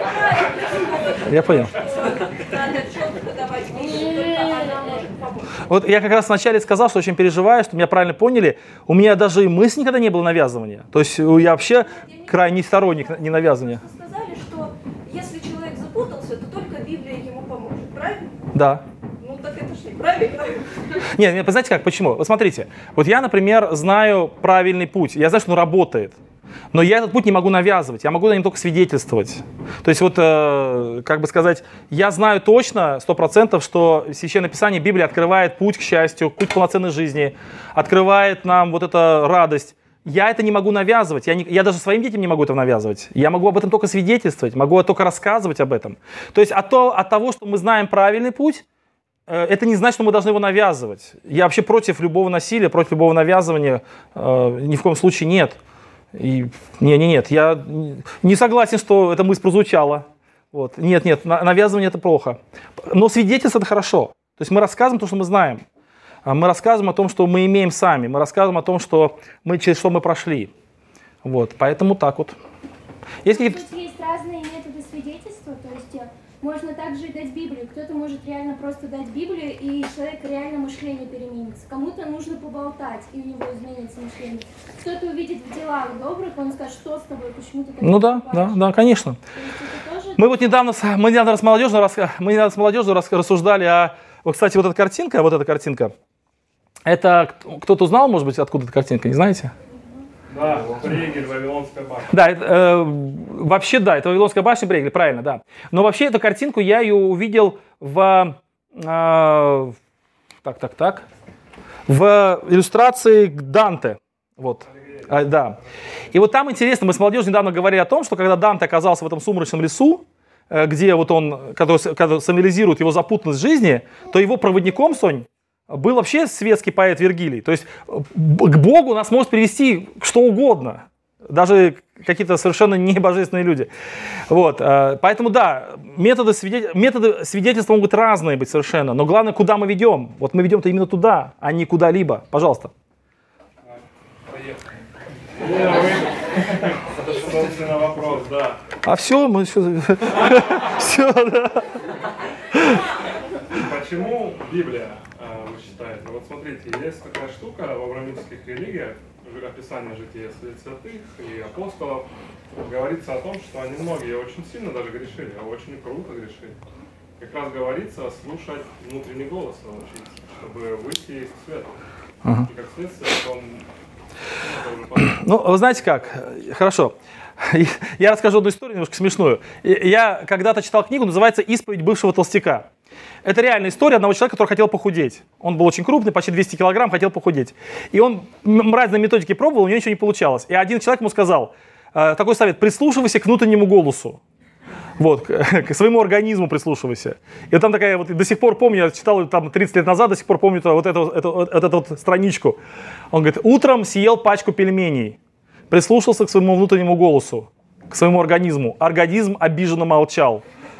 я понял. Надо четко давать вещи, только она может помочь. Вот я как раз вначале сказал, что очень переживаю, что меня правильно поняли. У меня даже и мысли никогда не было навязывания. То есть я вообще крайний сторонник ненавязывания. Вы сказали, что если человек запутался, то только Библия ему поможет, правильно? Да. Ну так это ж неправильно. Нет, вы знаете как, почему? Вот смотрите, вот я, например, знаю правильный путь, я знаю, что он работает, но я этот путь не могу навязывать, я могу на нем только свидетельствовать. То есть вот, как бы сказать, я знаю точно, 100%, что Священное Писание, Библия открывает путь к счастью, путь к полноценной жизни, открывает нам вот эту радость. Я это не могу навязывать, я даже своим детям не могу это навязывать. Я могу об этом только свидетельствовать, могу только рассказывать об этом. То есть от того, что мы знаем правильный путь, это не значит, что мы должны его навязывать. Я вообще против любого насилия, против любого навязывания, ни в коем случае нет. Нет, я не согласен, что эта мысль прозвучала. Вот. Нет, навязывание это плохо. Но свидетельство это хорошо. То есть мы рассказываем то, что мы знаем. Мы рассказываем о том, что мы имеем сами. Мы рассказываем о том, через что мы прошли. Вот. Поэтому так вот. Есть разные методы свидетельства, то есть можно также дать Библию. Кто-то может реально просто дать Библию, и человек реально мышление переменится. Кому-то нужно поболтать, и у него изменится мышление. Кто-то увидит в делах добрых, он скажет, что с тобой, почему ты так поступаешь? Да, конечно. Мы вот недавно с молодежью рассуждали вот, кстати, вот эта картинка, это кто-то узнал, может быть, откуда эта картинка, не знаете? Да, Брегель, Вавилонская башня. Да, вообще, да, это Вавилонская башня, Брегель, правильно, да. Но вообще эту картинку я ее увидел в иллюстрации к Данте. Вот. Да. И вот там интересно, мы с молодежью недавно говорили о том, что когда Данте оказался в этом сумрачном лесу, где вот он, когда символизирует его запутанность жизни, то его проводником, Сонь, был вообще светский поэт Вергилий. То есть к Богу нас может привести что угодно. Даже какие-то совершенно небожественные люди. Вот. Поэтому да, методы свидетельства могут разные быть совершенно. Но главное, куда мы ведем. Вот мы ведем-то именно туда, а не куда-либо. Пожалуйста. Это собственно вопрос, да. А все, мы все... Все, да. Почему Библия, вы считаете? Вот смотрите, есть такая штука в авраамических религиях, описание жития святых и апостолов, говорится о том, что они многие очень сильно даже грешили, а очень круто грешили. Как раз говорится слушать внутренний голос, научиться, чтобы выйти к свету. И как следствие, он... Ну, вы знаете как? Хорошо. Я расскажу одну историю немножко смешную. Я когда-то читал книгу, называется «Исповедь бывшего толстяка». Это реальная история одного человека, который хотел похудеть. Он был очень крупный, почти 200 килограмм, хотел похудеть. И он разные методики пробовал, у него ничего не получалось. И один человек ему сказал, такой совет: прислушивайся к внутреннему голосу. Вот, к своему организму прислушивайся. И вот там такая вот, до сих пор помню, я читал там 30 лет назад, до сих пор помню вот эту страничку. Он говорит: утром съел пачку пельменей, прислушался к своему внутреннему голосу, к своему организму. Организм обиженно молчал.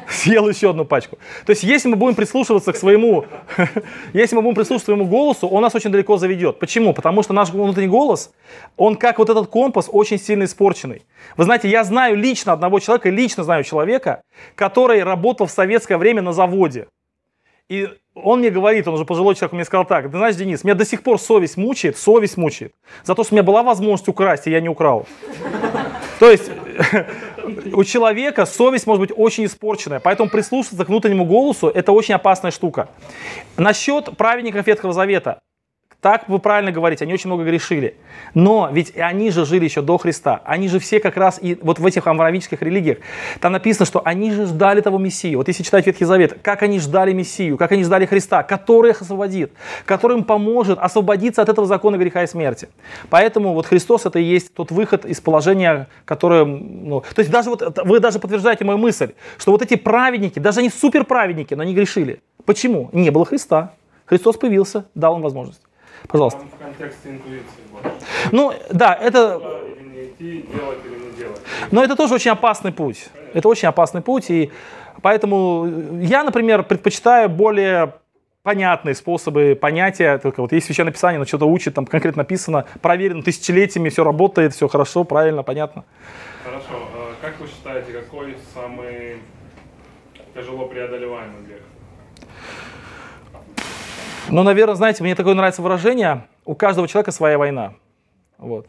съел еще одну пачку. То есть, если мы будем прислушиваться к своему, если мы будем прислушиваться к своему голосу, он нас очень далеко заведет. Почему? Потому что наш внутренний голос, он как вот этот компас, очень сильно испорченный. Вы знаете, я знаю лично одного человека, лично знаю человека, который работал в советское время на заводе. И он мне говорит, он уже пожилой человек, он мне сказал так: ты знаешь, Денис, меня до сих пор совесть мучает за то, что у меня была возможность украсть, и я не украл. То есть у человека совесть может быть очень испорченная, поэтому прислушиваться к внутреннему голосу – это очень опасная штука. Насчет праведников Ветхого Завета. Так вы правильно говорите, они очень много грешили. Но ведь они же жили еще до Христа. Они же все как раз и вот в этих авраамических религиях, там написано, что они же ждали того Мессию. Вот если читать Ветхий Завет, как они ждали Мессию, как они ждали Христа, который их освободит, который им поможет освободиться от этого закона греха и смерти. Поэтому вот Христос — это и есть тот выход из положения, которое... Ну, то есть даже вот, вы даже подтверждаете мою мысль, что вот эти праведники, даже они суперправедники, но они грешили. Почему? Не было Христа. Христос появился, дал им возможность. Пожалуйста. В контексте интуиции больше. Ну, да, это... Или не идти, делать или не делать. Но это тоже очень опасный путь. Это очень опасный путь, и поэтому я, например, предпочитаю более понятные способы понятия. Только вот есть Священное Писание, оно что-то учит, там конкретно написано, проверено тысячелетиями, все работает, все хорошо, правильно, понятно. Хорошо. Как вы считаете, какой самый тяжело преодолеваемый грех? Ну, наверное, знаете, мне такое нравится выражение: у каждого человека своя война. Вот.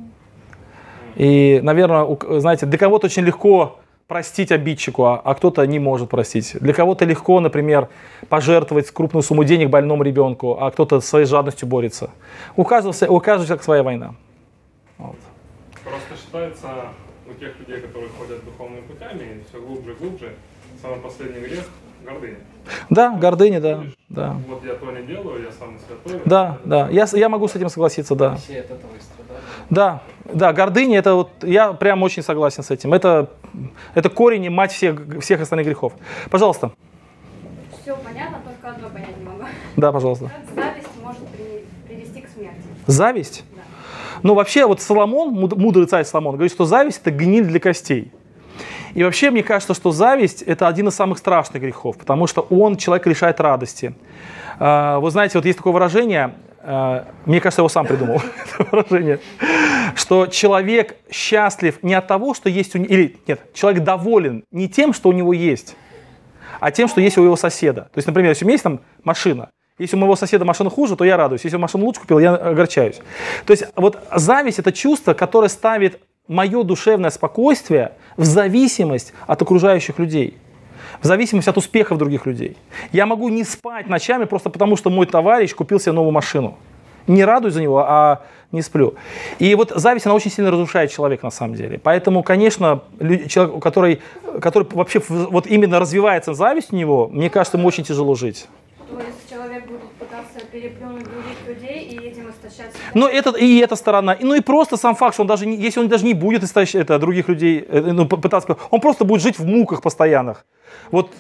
И, наверное, знаете, для кого-то очень легко простить обидчику, а кто-то не может простить. Для кого-то легко, например, пожертвовать крупную сумму денег больному ребенку, а кто-то своей жадностью борется. У каждого человека своя война. Вот. Просто считается, у тех людей, которые ходят духовными путями, все глубже и глубже, самый последний грех — гордыня. Да, гордыня, да. Да. Вот я то не делаю, я самый святой. Да, да. Я могу с этим согласиться, да. Все от этого и страдают. Да, да, гордыня, это вот, я прям очень согласен с этим. Это корень и мать всех остальных грехов. Пожалуйста. Все понятно, только одно понять не могу. Да, пожалуйста. Как зависть может привести к смерти? Зависть? Да. Ну, вообще, вот Соломон, мудрый царь Соломон, говорит, что зависть – это гниль для костей. И вообще, мне кажется, что зависть – это один из самых страшных грехов, потому что человек лишает радости. Вы знаете, вот есть такое выражение, мне кажется, я его сам придумал, это выражение, что человек счастлив не от того, что есть у него, или нет, человек доволен не тем, что у него есть, а тем, что есть у его соседа. То есть, например, если у меня есть там машина, если у моего соседа машина хуже, то я радуюсь, если он машину лучше купил, я огорчаюсь. То есть, вот зависть – это чувство, которое ставит мое душевное спокойствие в зависимость от окружающих людей, в зависимости от успехов других людей. Я могу не спать ночами просто потому, что мой товарищ купил себе новую машину. Не радуюсь за него, а не сплю. И вот зависть, она очень сильно разрушает человека на самом деле. Поэтому, конечно, человек, который вообще вот именно развивается зависть у него, мне кажется, ему очень тяжело жить. То есть человек будет пытаться переплюнуть других людей и этим истощать себя? Ну, эта сторона. Ну и просто сам факт, что он даже, если он даже не будет истощать других людей, пытаться, он просто будет жить в муках постоянных. Вот.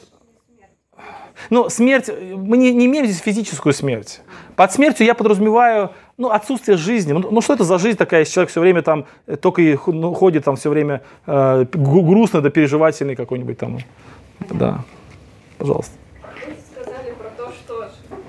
Ну, смерть, мы не имеем здесь физическую смерть. Под смертью я подразумеваю, отсутствие жизни. Ну, что это за жизнь такая, если человек все время там только и ходит там все время грустный, да переживательный какой-нибудь там. Да, пожалуйста. Вы сказали про то, что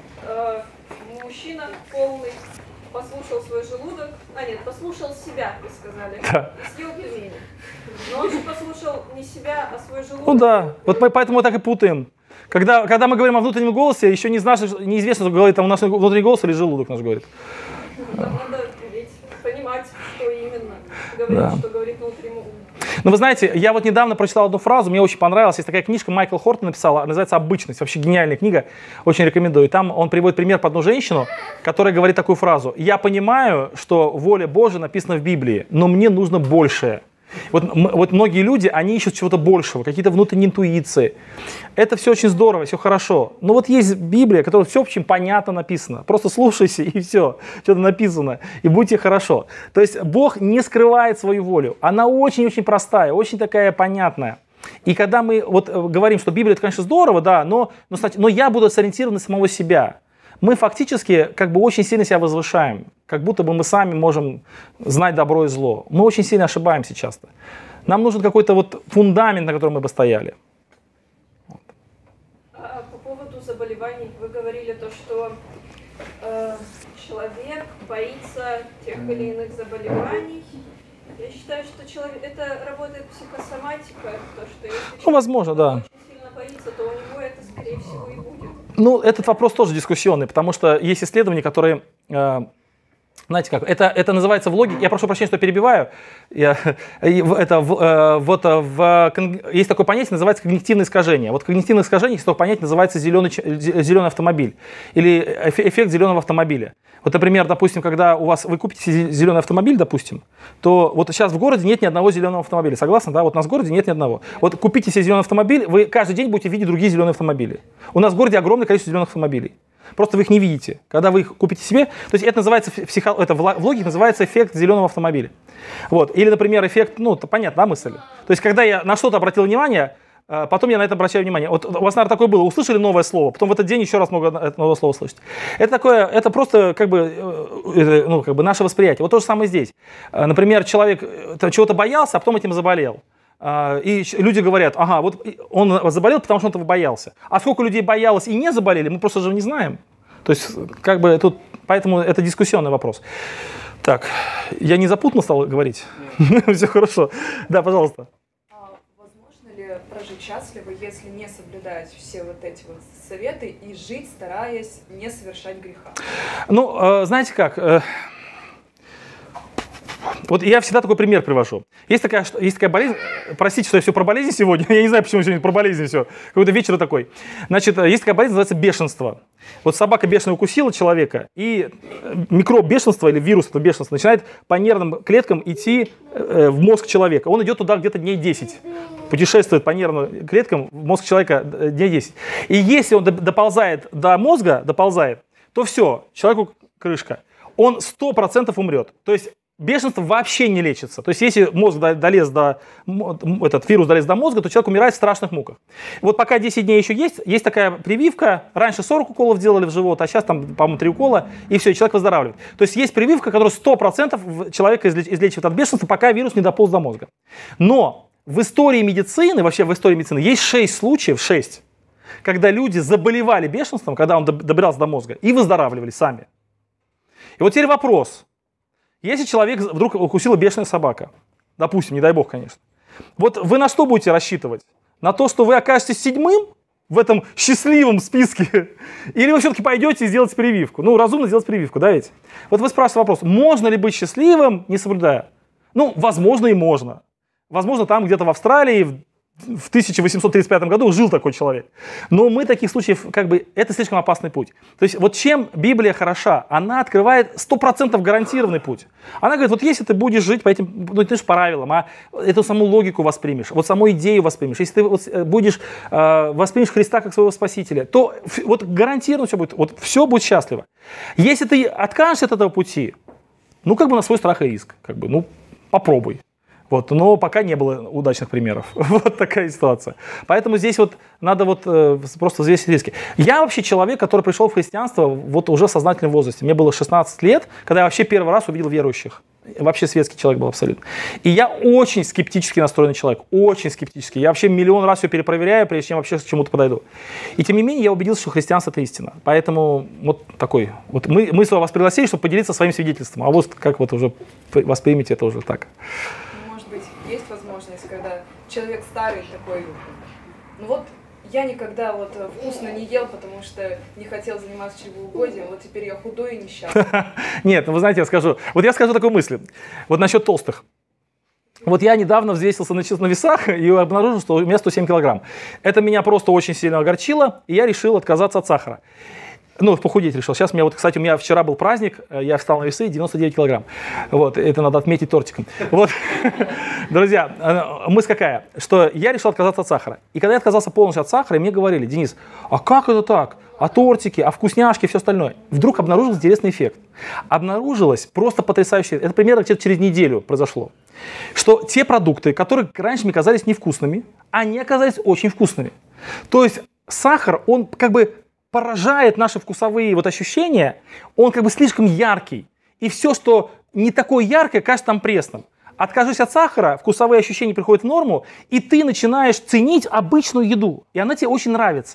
мужчина полный послушал свой желудок, послушал себя, вы сказали, Да. и съел пельмени. Но он же послушал не себя, а свой желудок. Ну да, вот мы поэтому так и путаем. Когда мы говорим о внутреннем голосе, еще неизвестно, что говорит там наш внутренний голос или желудок наш говорит. Нам надо понимать, что именно говорит, что говорит внутренний ум. Ну, вы знаете, я вот недавно прочитал одну фразу, мне очень понравилась. Есть такая книжка, Майкл Хортон написал, называется «Обычность». Вообще гениальная книга, очень рекомендую. Там он приводит пример по одну женщину, которая говорит такую фразу: «Я понимаю, что воля Божия написана в Библии, но мне нужно большее». Вот многие люди, они ищут чего-то большего, какие-то внутренние интуиции. Это все очень здорово, все хорошо. Но вот есть Библия, которая все очень понятно написано. Просто слушайся и все, что-то написано, и будьте хорошо. То есть Бог не скрывает свою волю. Она очень-очень простая, очень такая понятная. И когда мы говорим, что Библия, это, конечно, здорово, да, но я буду сориентирован на самого себя. Мы фактически очень сильно себя возвышаем, как будто бы мы сами можем знать добро и зло. Мы очень сильно ошибаемся часто. Нам нужен какой-то фундамент, на котором мы бы стояли. поводу заболеваний. Вы говорили то, что человек боится тех или иных заболеваний. Я считаю, что это работает психосоматика, то, что если человек возможно, да. очень сильно боится, то у него это, скорее всего, и будет. Ну, этот вопрос тоже дискуссионный, потому что есть исследования, которые... Знаете как, это называется в логике, я прошу прощения, что перебиваю, есть такое понятие, называется когнитивное искажение. Вот когнитивное искажение, если такое понятие, называется зеленый автомобиль или эффект зеленого автомобиля. Вот, например, допустим, когда вы купите зеленый автомобиль, допустим, то вот сейчас в городе нет ни одного зеленого автомобиля, согласны, да? Вот у нас в городе нет ни одного. Вот купите себе зеленый автомобиль, вы каждый день будете видеть другие зеленые автомобили. У нас в городе огромное количество зеленых автомобилей. Просто вы их не видите. Когда вы их купите себе, то есть это называется, это в логике называется эффект зеленого автомобиля. Вот. Или, например, эффект, ну, понятна мысль. То есть когда я на что-то обратил внимание, потом я на это обращаю внимание. Вот у вас, наверное, такое было, услышали новое слово, потом в этот день еще раз много нового слова слышать. Это такое, это просто как бы наше восприятие. Вот то же самое здесь. Например, человек чего-то боялся, а потом этим заболел. И люди говорят, ага, вот он заболел, потому что он этого боялся. А сколько людей боялось и не заболели, мы просто же не знаем. То есть, как бы тут, поэтому это дискуссионный вопрос. Так, я не запутанно стал говорить? Все хорошо. Да, пожалуйста. Возможно ли прожить счастливо, если не соблюдать все вот эти вот советы и жить, стараясь не совершать греха? Ну, знаете как... Вот я всегда такой пример привожу. Есть такая болезнь, простите, что я все про болезнь сегодня, я не знаю, почему сегодня про болезнь все, какой-то вечер такой. Значит, есть такая болезнь, называется бешенство. Вот собака бешено укусила человека, и микроб бешенства или вирус этого бешенства начинает по нервным клеткам идти в мозг человека. Он идет туда где-то дней 10. Путешествует по нервным клеткам в мозг человека дней 10. И если он доползает до мозга, то все, человеку крышка. Он 100% умрет. То есть бешенство вообще не лечится. То есть если этот вирус долез до мозга, то человек умирает в страшных муках. Вот пока 10 дней еще есть такая прививка. Раньше 40 уколов делали в живот, а сейчас там, по-моему, 3 укола, и все, и человек выздоравливает. То есть есть прививка, которая 100% человека излечивает от бешенства, пока вирус не дополз до мозга. Но в истории медицины, вообще в истории медицины, есть 6 случаев, когда люди заболевали бешенством, когда он добирался до мозга, и выздоравливали сами. И вот теперь вопрос. Если человек вдруг укусила бешеная собака, допустим, не дай бог, конечно, вот вы на что будете рассчитывать? На то, что вы окажетесь 7-м в этом счастливом списке? Или вы все-таки пойдете и сделаете прививку? Ну, разумно сделать прививку, да ведь? Вот вы спрашиваете вопрос, можно ли быть счастливым, не соблюдая? Ну, возможно и можно. Возможно, там где-то в Австралии в 1835 году жил такой человек. Но мы таких случаев, это слишком опасный путь. То есть вот чем Библия хороша, она открывает 100% гарантированный путь. Она говорит, вот если ты будешь жить по этим правилам, а эту саму логику воспримешь, вот саму идею воспримешь, если ты воспримешь Христа как своего Спасителя, то вот гарантированно все будет счастливо. Если ты откажешься от этого пути, на свой страх и риск, попробуй. Но пока не было удачных примеров. Вот такая ситуация. Поэтому здесь надо просто взвесить риски. Я вообще человек, который пришел в христианство уже в сознательном возрасте. Мне было 16 лет, когда я вообще первый раз увидел верующих. Вообще светский человек был абсолютно. И я очень скептически настроенный человек. Очень скептически. Я вообще миллион раз все перепроверяю, прежде чем вообще к чему-то подойду. И тем не менее я убедился, что христианство — это истина. Поэтому мы вас пригласили, чтобы поделиться своим свидетельством. А как уже воспримете это уже так. Есть возможность, когда человек старый такой, я никогда вкусно не ел, потому что не хотел заниматься чревоугодием, теперь я худой и несчастный. Нет, вы знаете, я скажу такую мысль, насчет толстых. Я недавно взвесился на весах и обнаружил, что у меня 107 килограмм. Это меня просто очень сильно огорчило, и я решил отказаться от сахара. Похудеть решил. Сейчас у меня вчера был праздник, я встал на весы, 99 килограмм. Это надо отметить тортиком. Друзья, мысль какая? Что я решил отказаться от сахара. И когда я отказался полностью от сахара, мне говорили, Денис, а как это так? А тортики, а вкусняшки, все остальное. Вдруг обнаружился интересный эффект. Обнаружилось просто потрясающе. Это примерно где-то через неделю произошло. Что те продукты, которые раньше мне казались невкусными, они оказались очень вкусными. То есть сахар, он поражает наши вкусовые ощущения, он слишком яркий. И все, что не такое яркое, кажется там пресным. Откажись от сахара, вкусовые ощущения приходят в норму, и ты начинаешь ценить обычную еду. И она тебе очень нравится.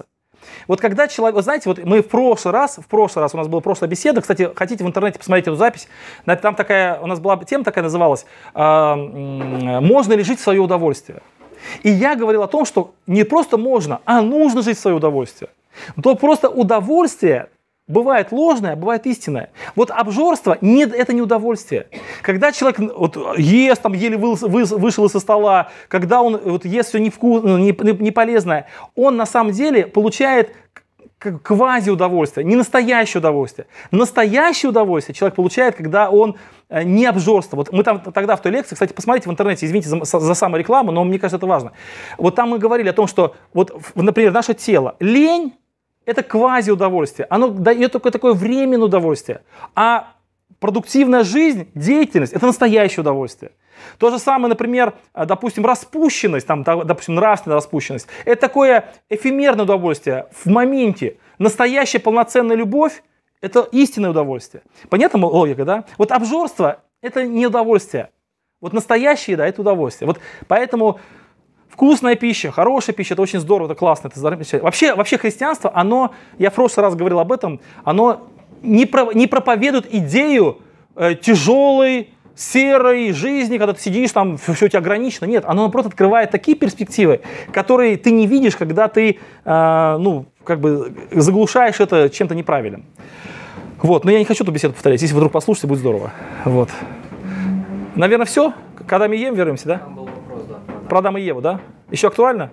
Вот когда человек, вот знаете, вот мы в прошлый раз у нас была прошлая беседа, кстати, хотите в интернете посмотреть эту запись, там такая, у нас была тема такая называлась, можно ли жить в свое удовольствие. И я говорил о том, что не просто можно, а нужно жить в свое удовольствие. То просто удовольствие бывает ложное, бывает истинное. Вот обжорство это не удовольствие. Когда человек вот, ест, там, еле вышел из-за стола, когда он вот, ест все невкусное, не полезное, он на самом деле получает квази-удовольствие, не настоящее удовольствие. Настоящее удовольствие человек получает, когда он не обжорство. Вот мы там тогда в той лекции, кстати, посмотрите в интернете, извините за саморекламу, но мне кажется, это важно. Вот там мы говорили о том, что, вот, например, наше тело, лень, это квази-удовольствие. Оно дает только такое временное удовольствие. А продуктивная жизнь, деятельность – это настоящее удовольствие. То же самое, например, допустим, распущенность, там, допустим, нравственная распущенность. Это такое эфемерное удовольствие в моменте. Настоящая полноценная любовь – это истинное удовольствие. Понятна логика, да? Вот обжорство – это не удовольствие. Вот настоящее, да, это удовольствие. Вот поэтому вкусная пища, хорошая пища – это очень здорово, это классно. Это вообще христианство, оно, я в прошлый раз говорил об этом, оно не проповедует идею тяжелой, серой жизни, когда ты сидишь, там все у тебя ограничено. Нет, оно наоборот открывает такие перспективы, которые ты не видишь, когда ты заглушаешь это чем-то неправильным. Вот, но я не хочу эту беседу повторять. Если вы вдруг послушаете, будет здорово. Вот. Наверное, все. К Адаму и Еве вернемся, да? Там был вопрос, да. Про Адама и Еву, да? Еще актуально?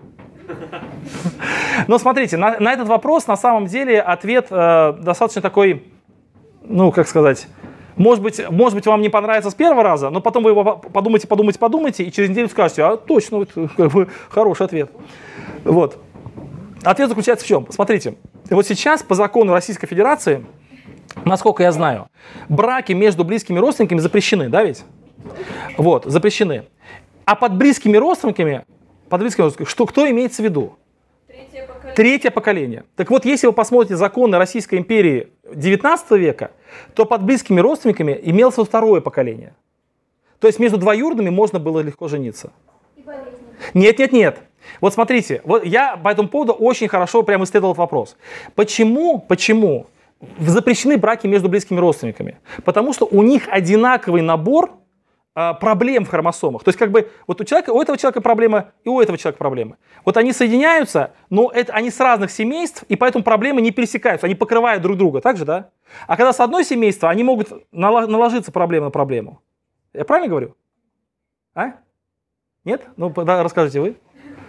Но смотрите, на этот вопрос на самом деле ответ достаточно такой, ну, как сказать, может быть, вам не понравится с первого раза, но потом вы его подумайте, и через неделю скажете, а точно, это как бы хороший ответ. Вот. Ответ заключается в чем? Смотрите, вот сейчас по закону Российской Федерации, насколько я знаю, браки между близкими родственниками запрещены, да ведь? Вот, запрещены. А под близкими родственниками, что, кто имеется в виду? Третье поколение. Так вот, если вы посмотрите законы Российской империи 19 века, то под близкими родственниками имелось вот второе поколение. То есть между двоюродными можно было легко жениться. Нет. Вот смотрите, вот я по этому поводу очень хорошо прямо исследовал этот вопрос. Почему запрещены браки между близкими родственниками? Потому что у них одинаковый набор проблем в хромосомах. То есть как бы вот у этого человека проблема и у этого человека проблемы. Вот они соединяются, но они с разных семейств, и поэтому проблемы не пересекаются, они покрывают друг друга, так же, да? А когда с одной семейства, они могут наложиться проблема на проблему. Я правильно говорю? А? Нет? Ну, расскажите вы.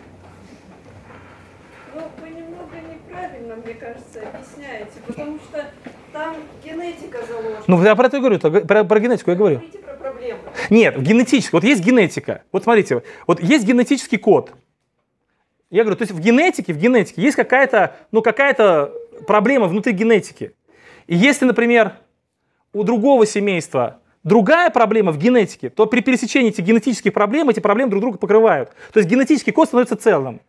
Ну, вы немного неправильно, мне кажется, объясняете, потому что там генетика заложена. Ну, я про это и говорю, про генетику я говорю. Нет, генетически. Вот есть генетика. Вот смотрите, вот есть генетический код. Я говорю, то есть в генетике есть какая-то проблема внутри генетики. И если, например, у другого семейства другая проблема в генетике, то при пересечении этих генетических проблем эти проблемы друг друга покрывают. То есть генетический код становится целым.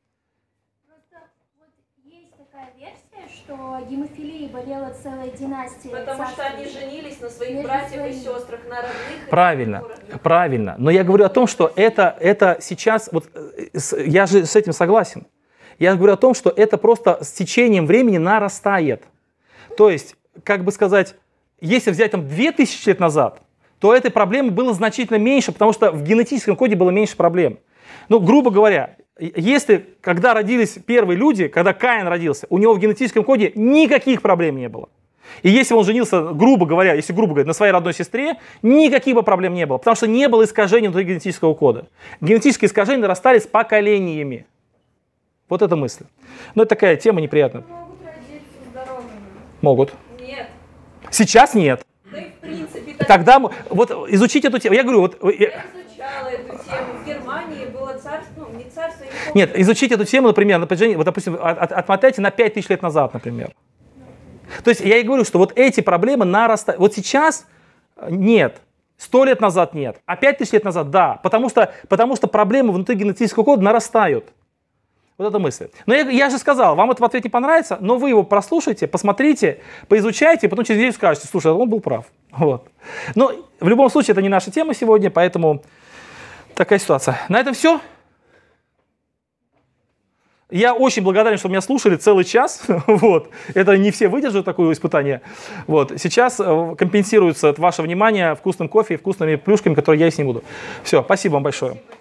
Что гемофилией болела целая династия. Потому что они женились на своих братьях и сестрах, на родных. Правильно. Но я говорю о том, что это сейчас, вот я же с этим согласен. Я говорю о том, что это просто с течением времени нарастает. То есть, как бы сказать, если взять там 2000 лет назад, то этой проблемы было значительно меньше, потому что в генетическом коде было меньше проблем. Ну, грубо говоря, когда родились первые люди, когда Каин родился, у него в генетическом коде никаких проблем не было. И если он женился, грубо говоря, на своей родной сестре, никаких бы проблем не было, потому что не было искажений внутри генетического кода. Генетические искажения нарастали с поколениями. Вот эта мысль. Но это такая тема неприятная. Могут родиться здоровыми. Могут. Нет. Сейчас нет. Да и в принципе... Тогда вот изучить эту тему. Я говорю, вот... Я изучала эту тему. В Германии было царство, не царство... Нет, изучить эту тему, например, вот, допустим, отмотайте на 5000 лет назад, например. То есть я и говорю, что вот эти проблемы нарастают. Вот сейчас нет, 100 лет назад нет, а 5000 лет назад да, потому что проблемы внутри генетического кода нарастают. Вот эта мысль. Но я же сказал, вам этот ответ не понравится, но вы его прослушайте, посмотрите, поизучайте, и потом через неделю скажете, слушай, он был прав. Вот. Но в любом случае это не наша тема сегодня, поэтому такая ситуация. На этом все. Я очень благодарен, что меня слушали целый час. Вот. Это не все выдержат такое испытание. Вот. Сейчас компенсируется ваше внимание вкусным кофе и вкусными плюшками, которые я есть не буду. Все, спасибо вам большое.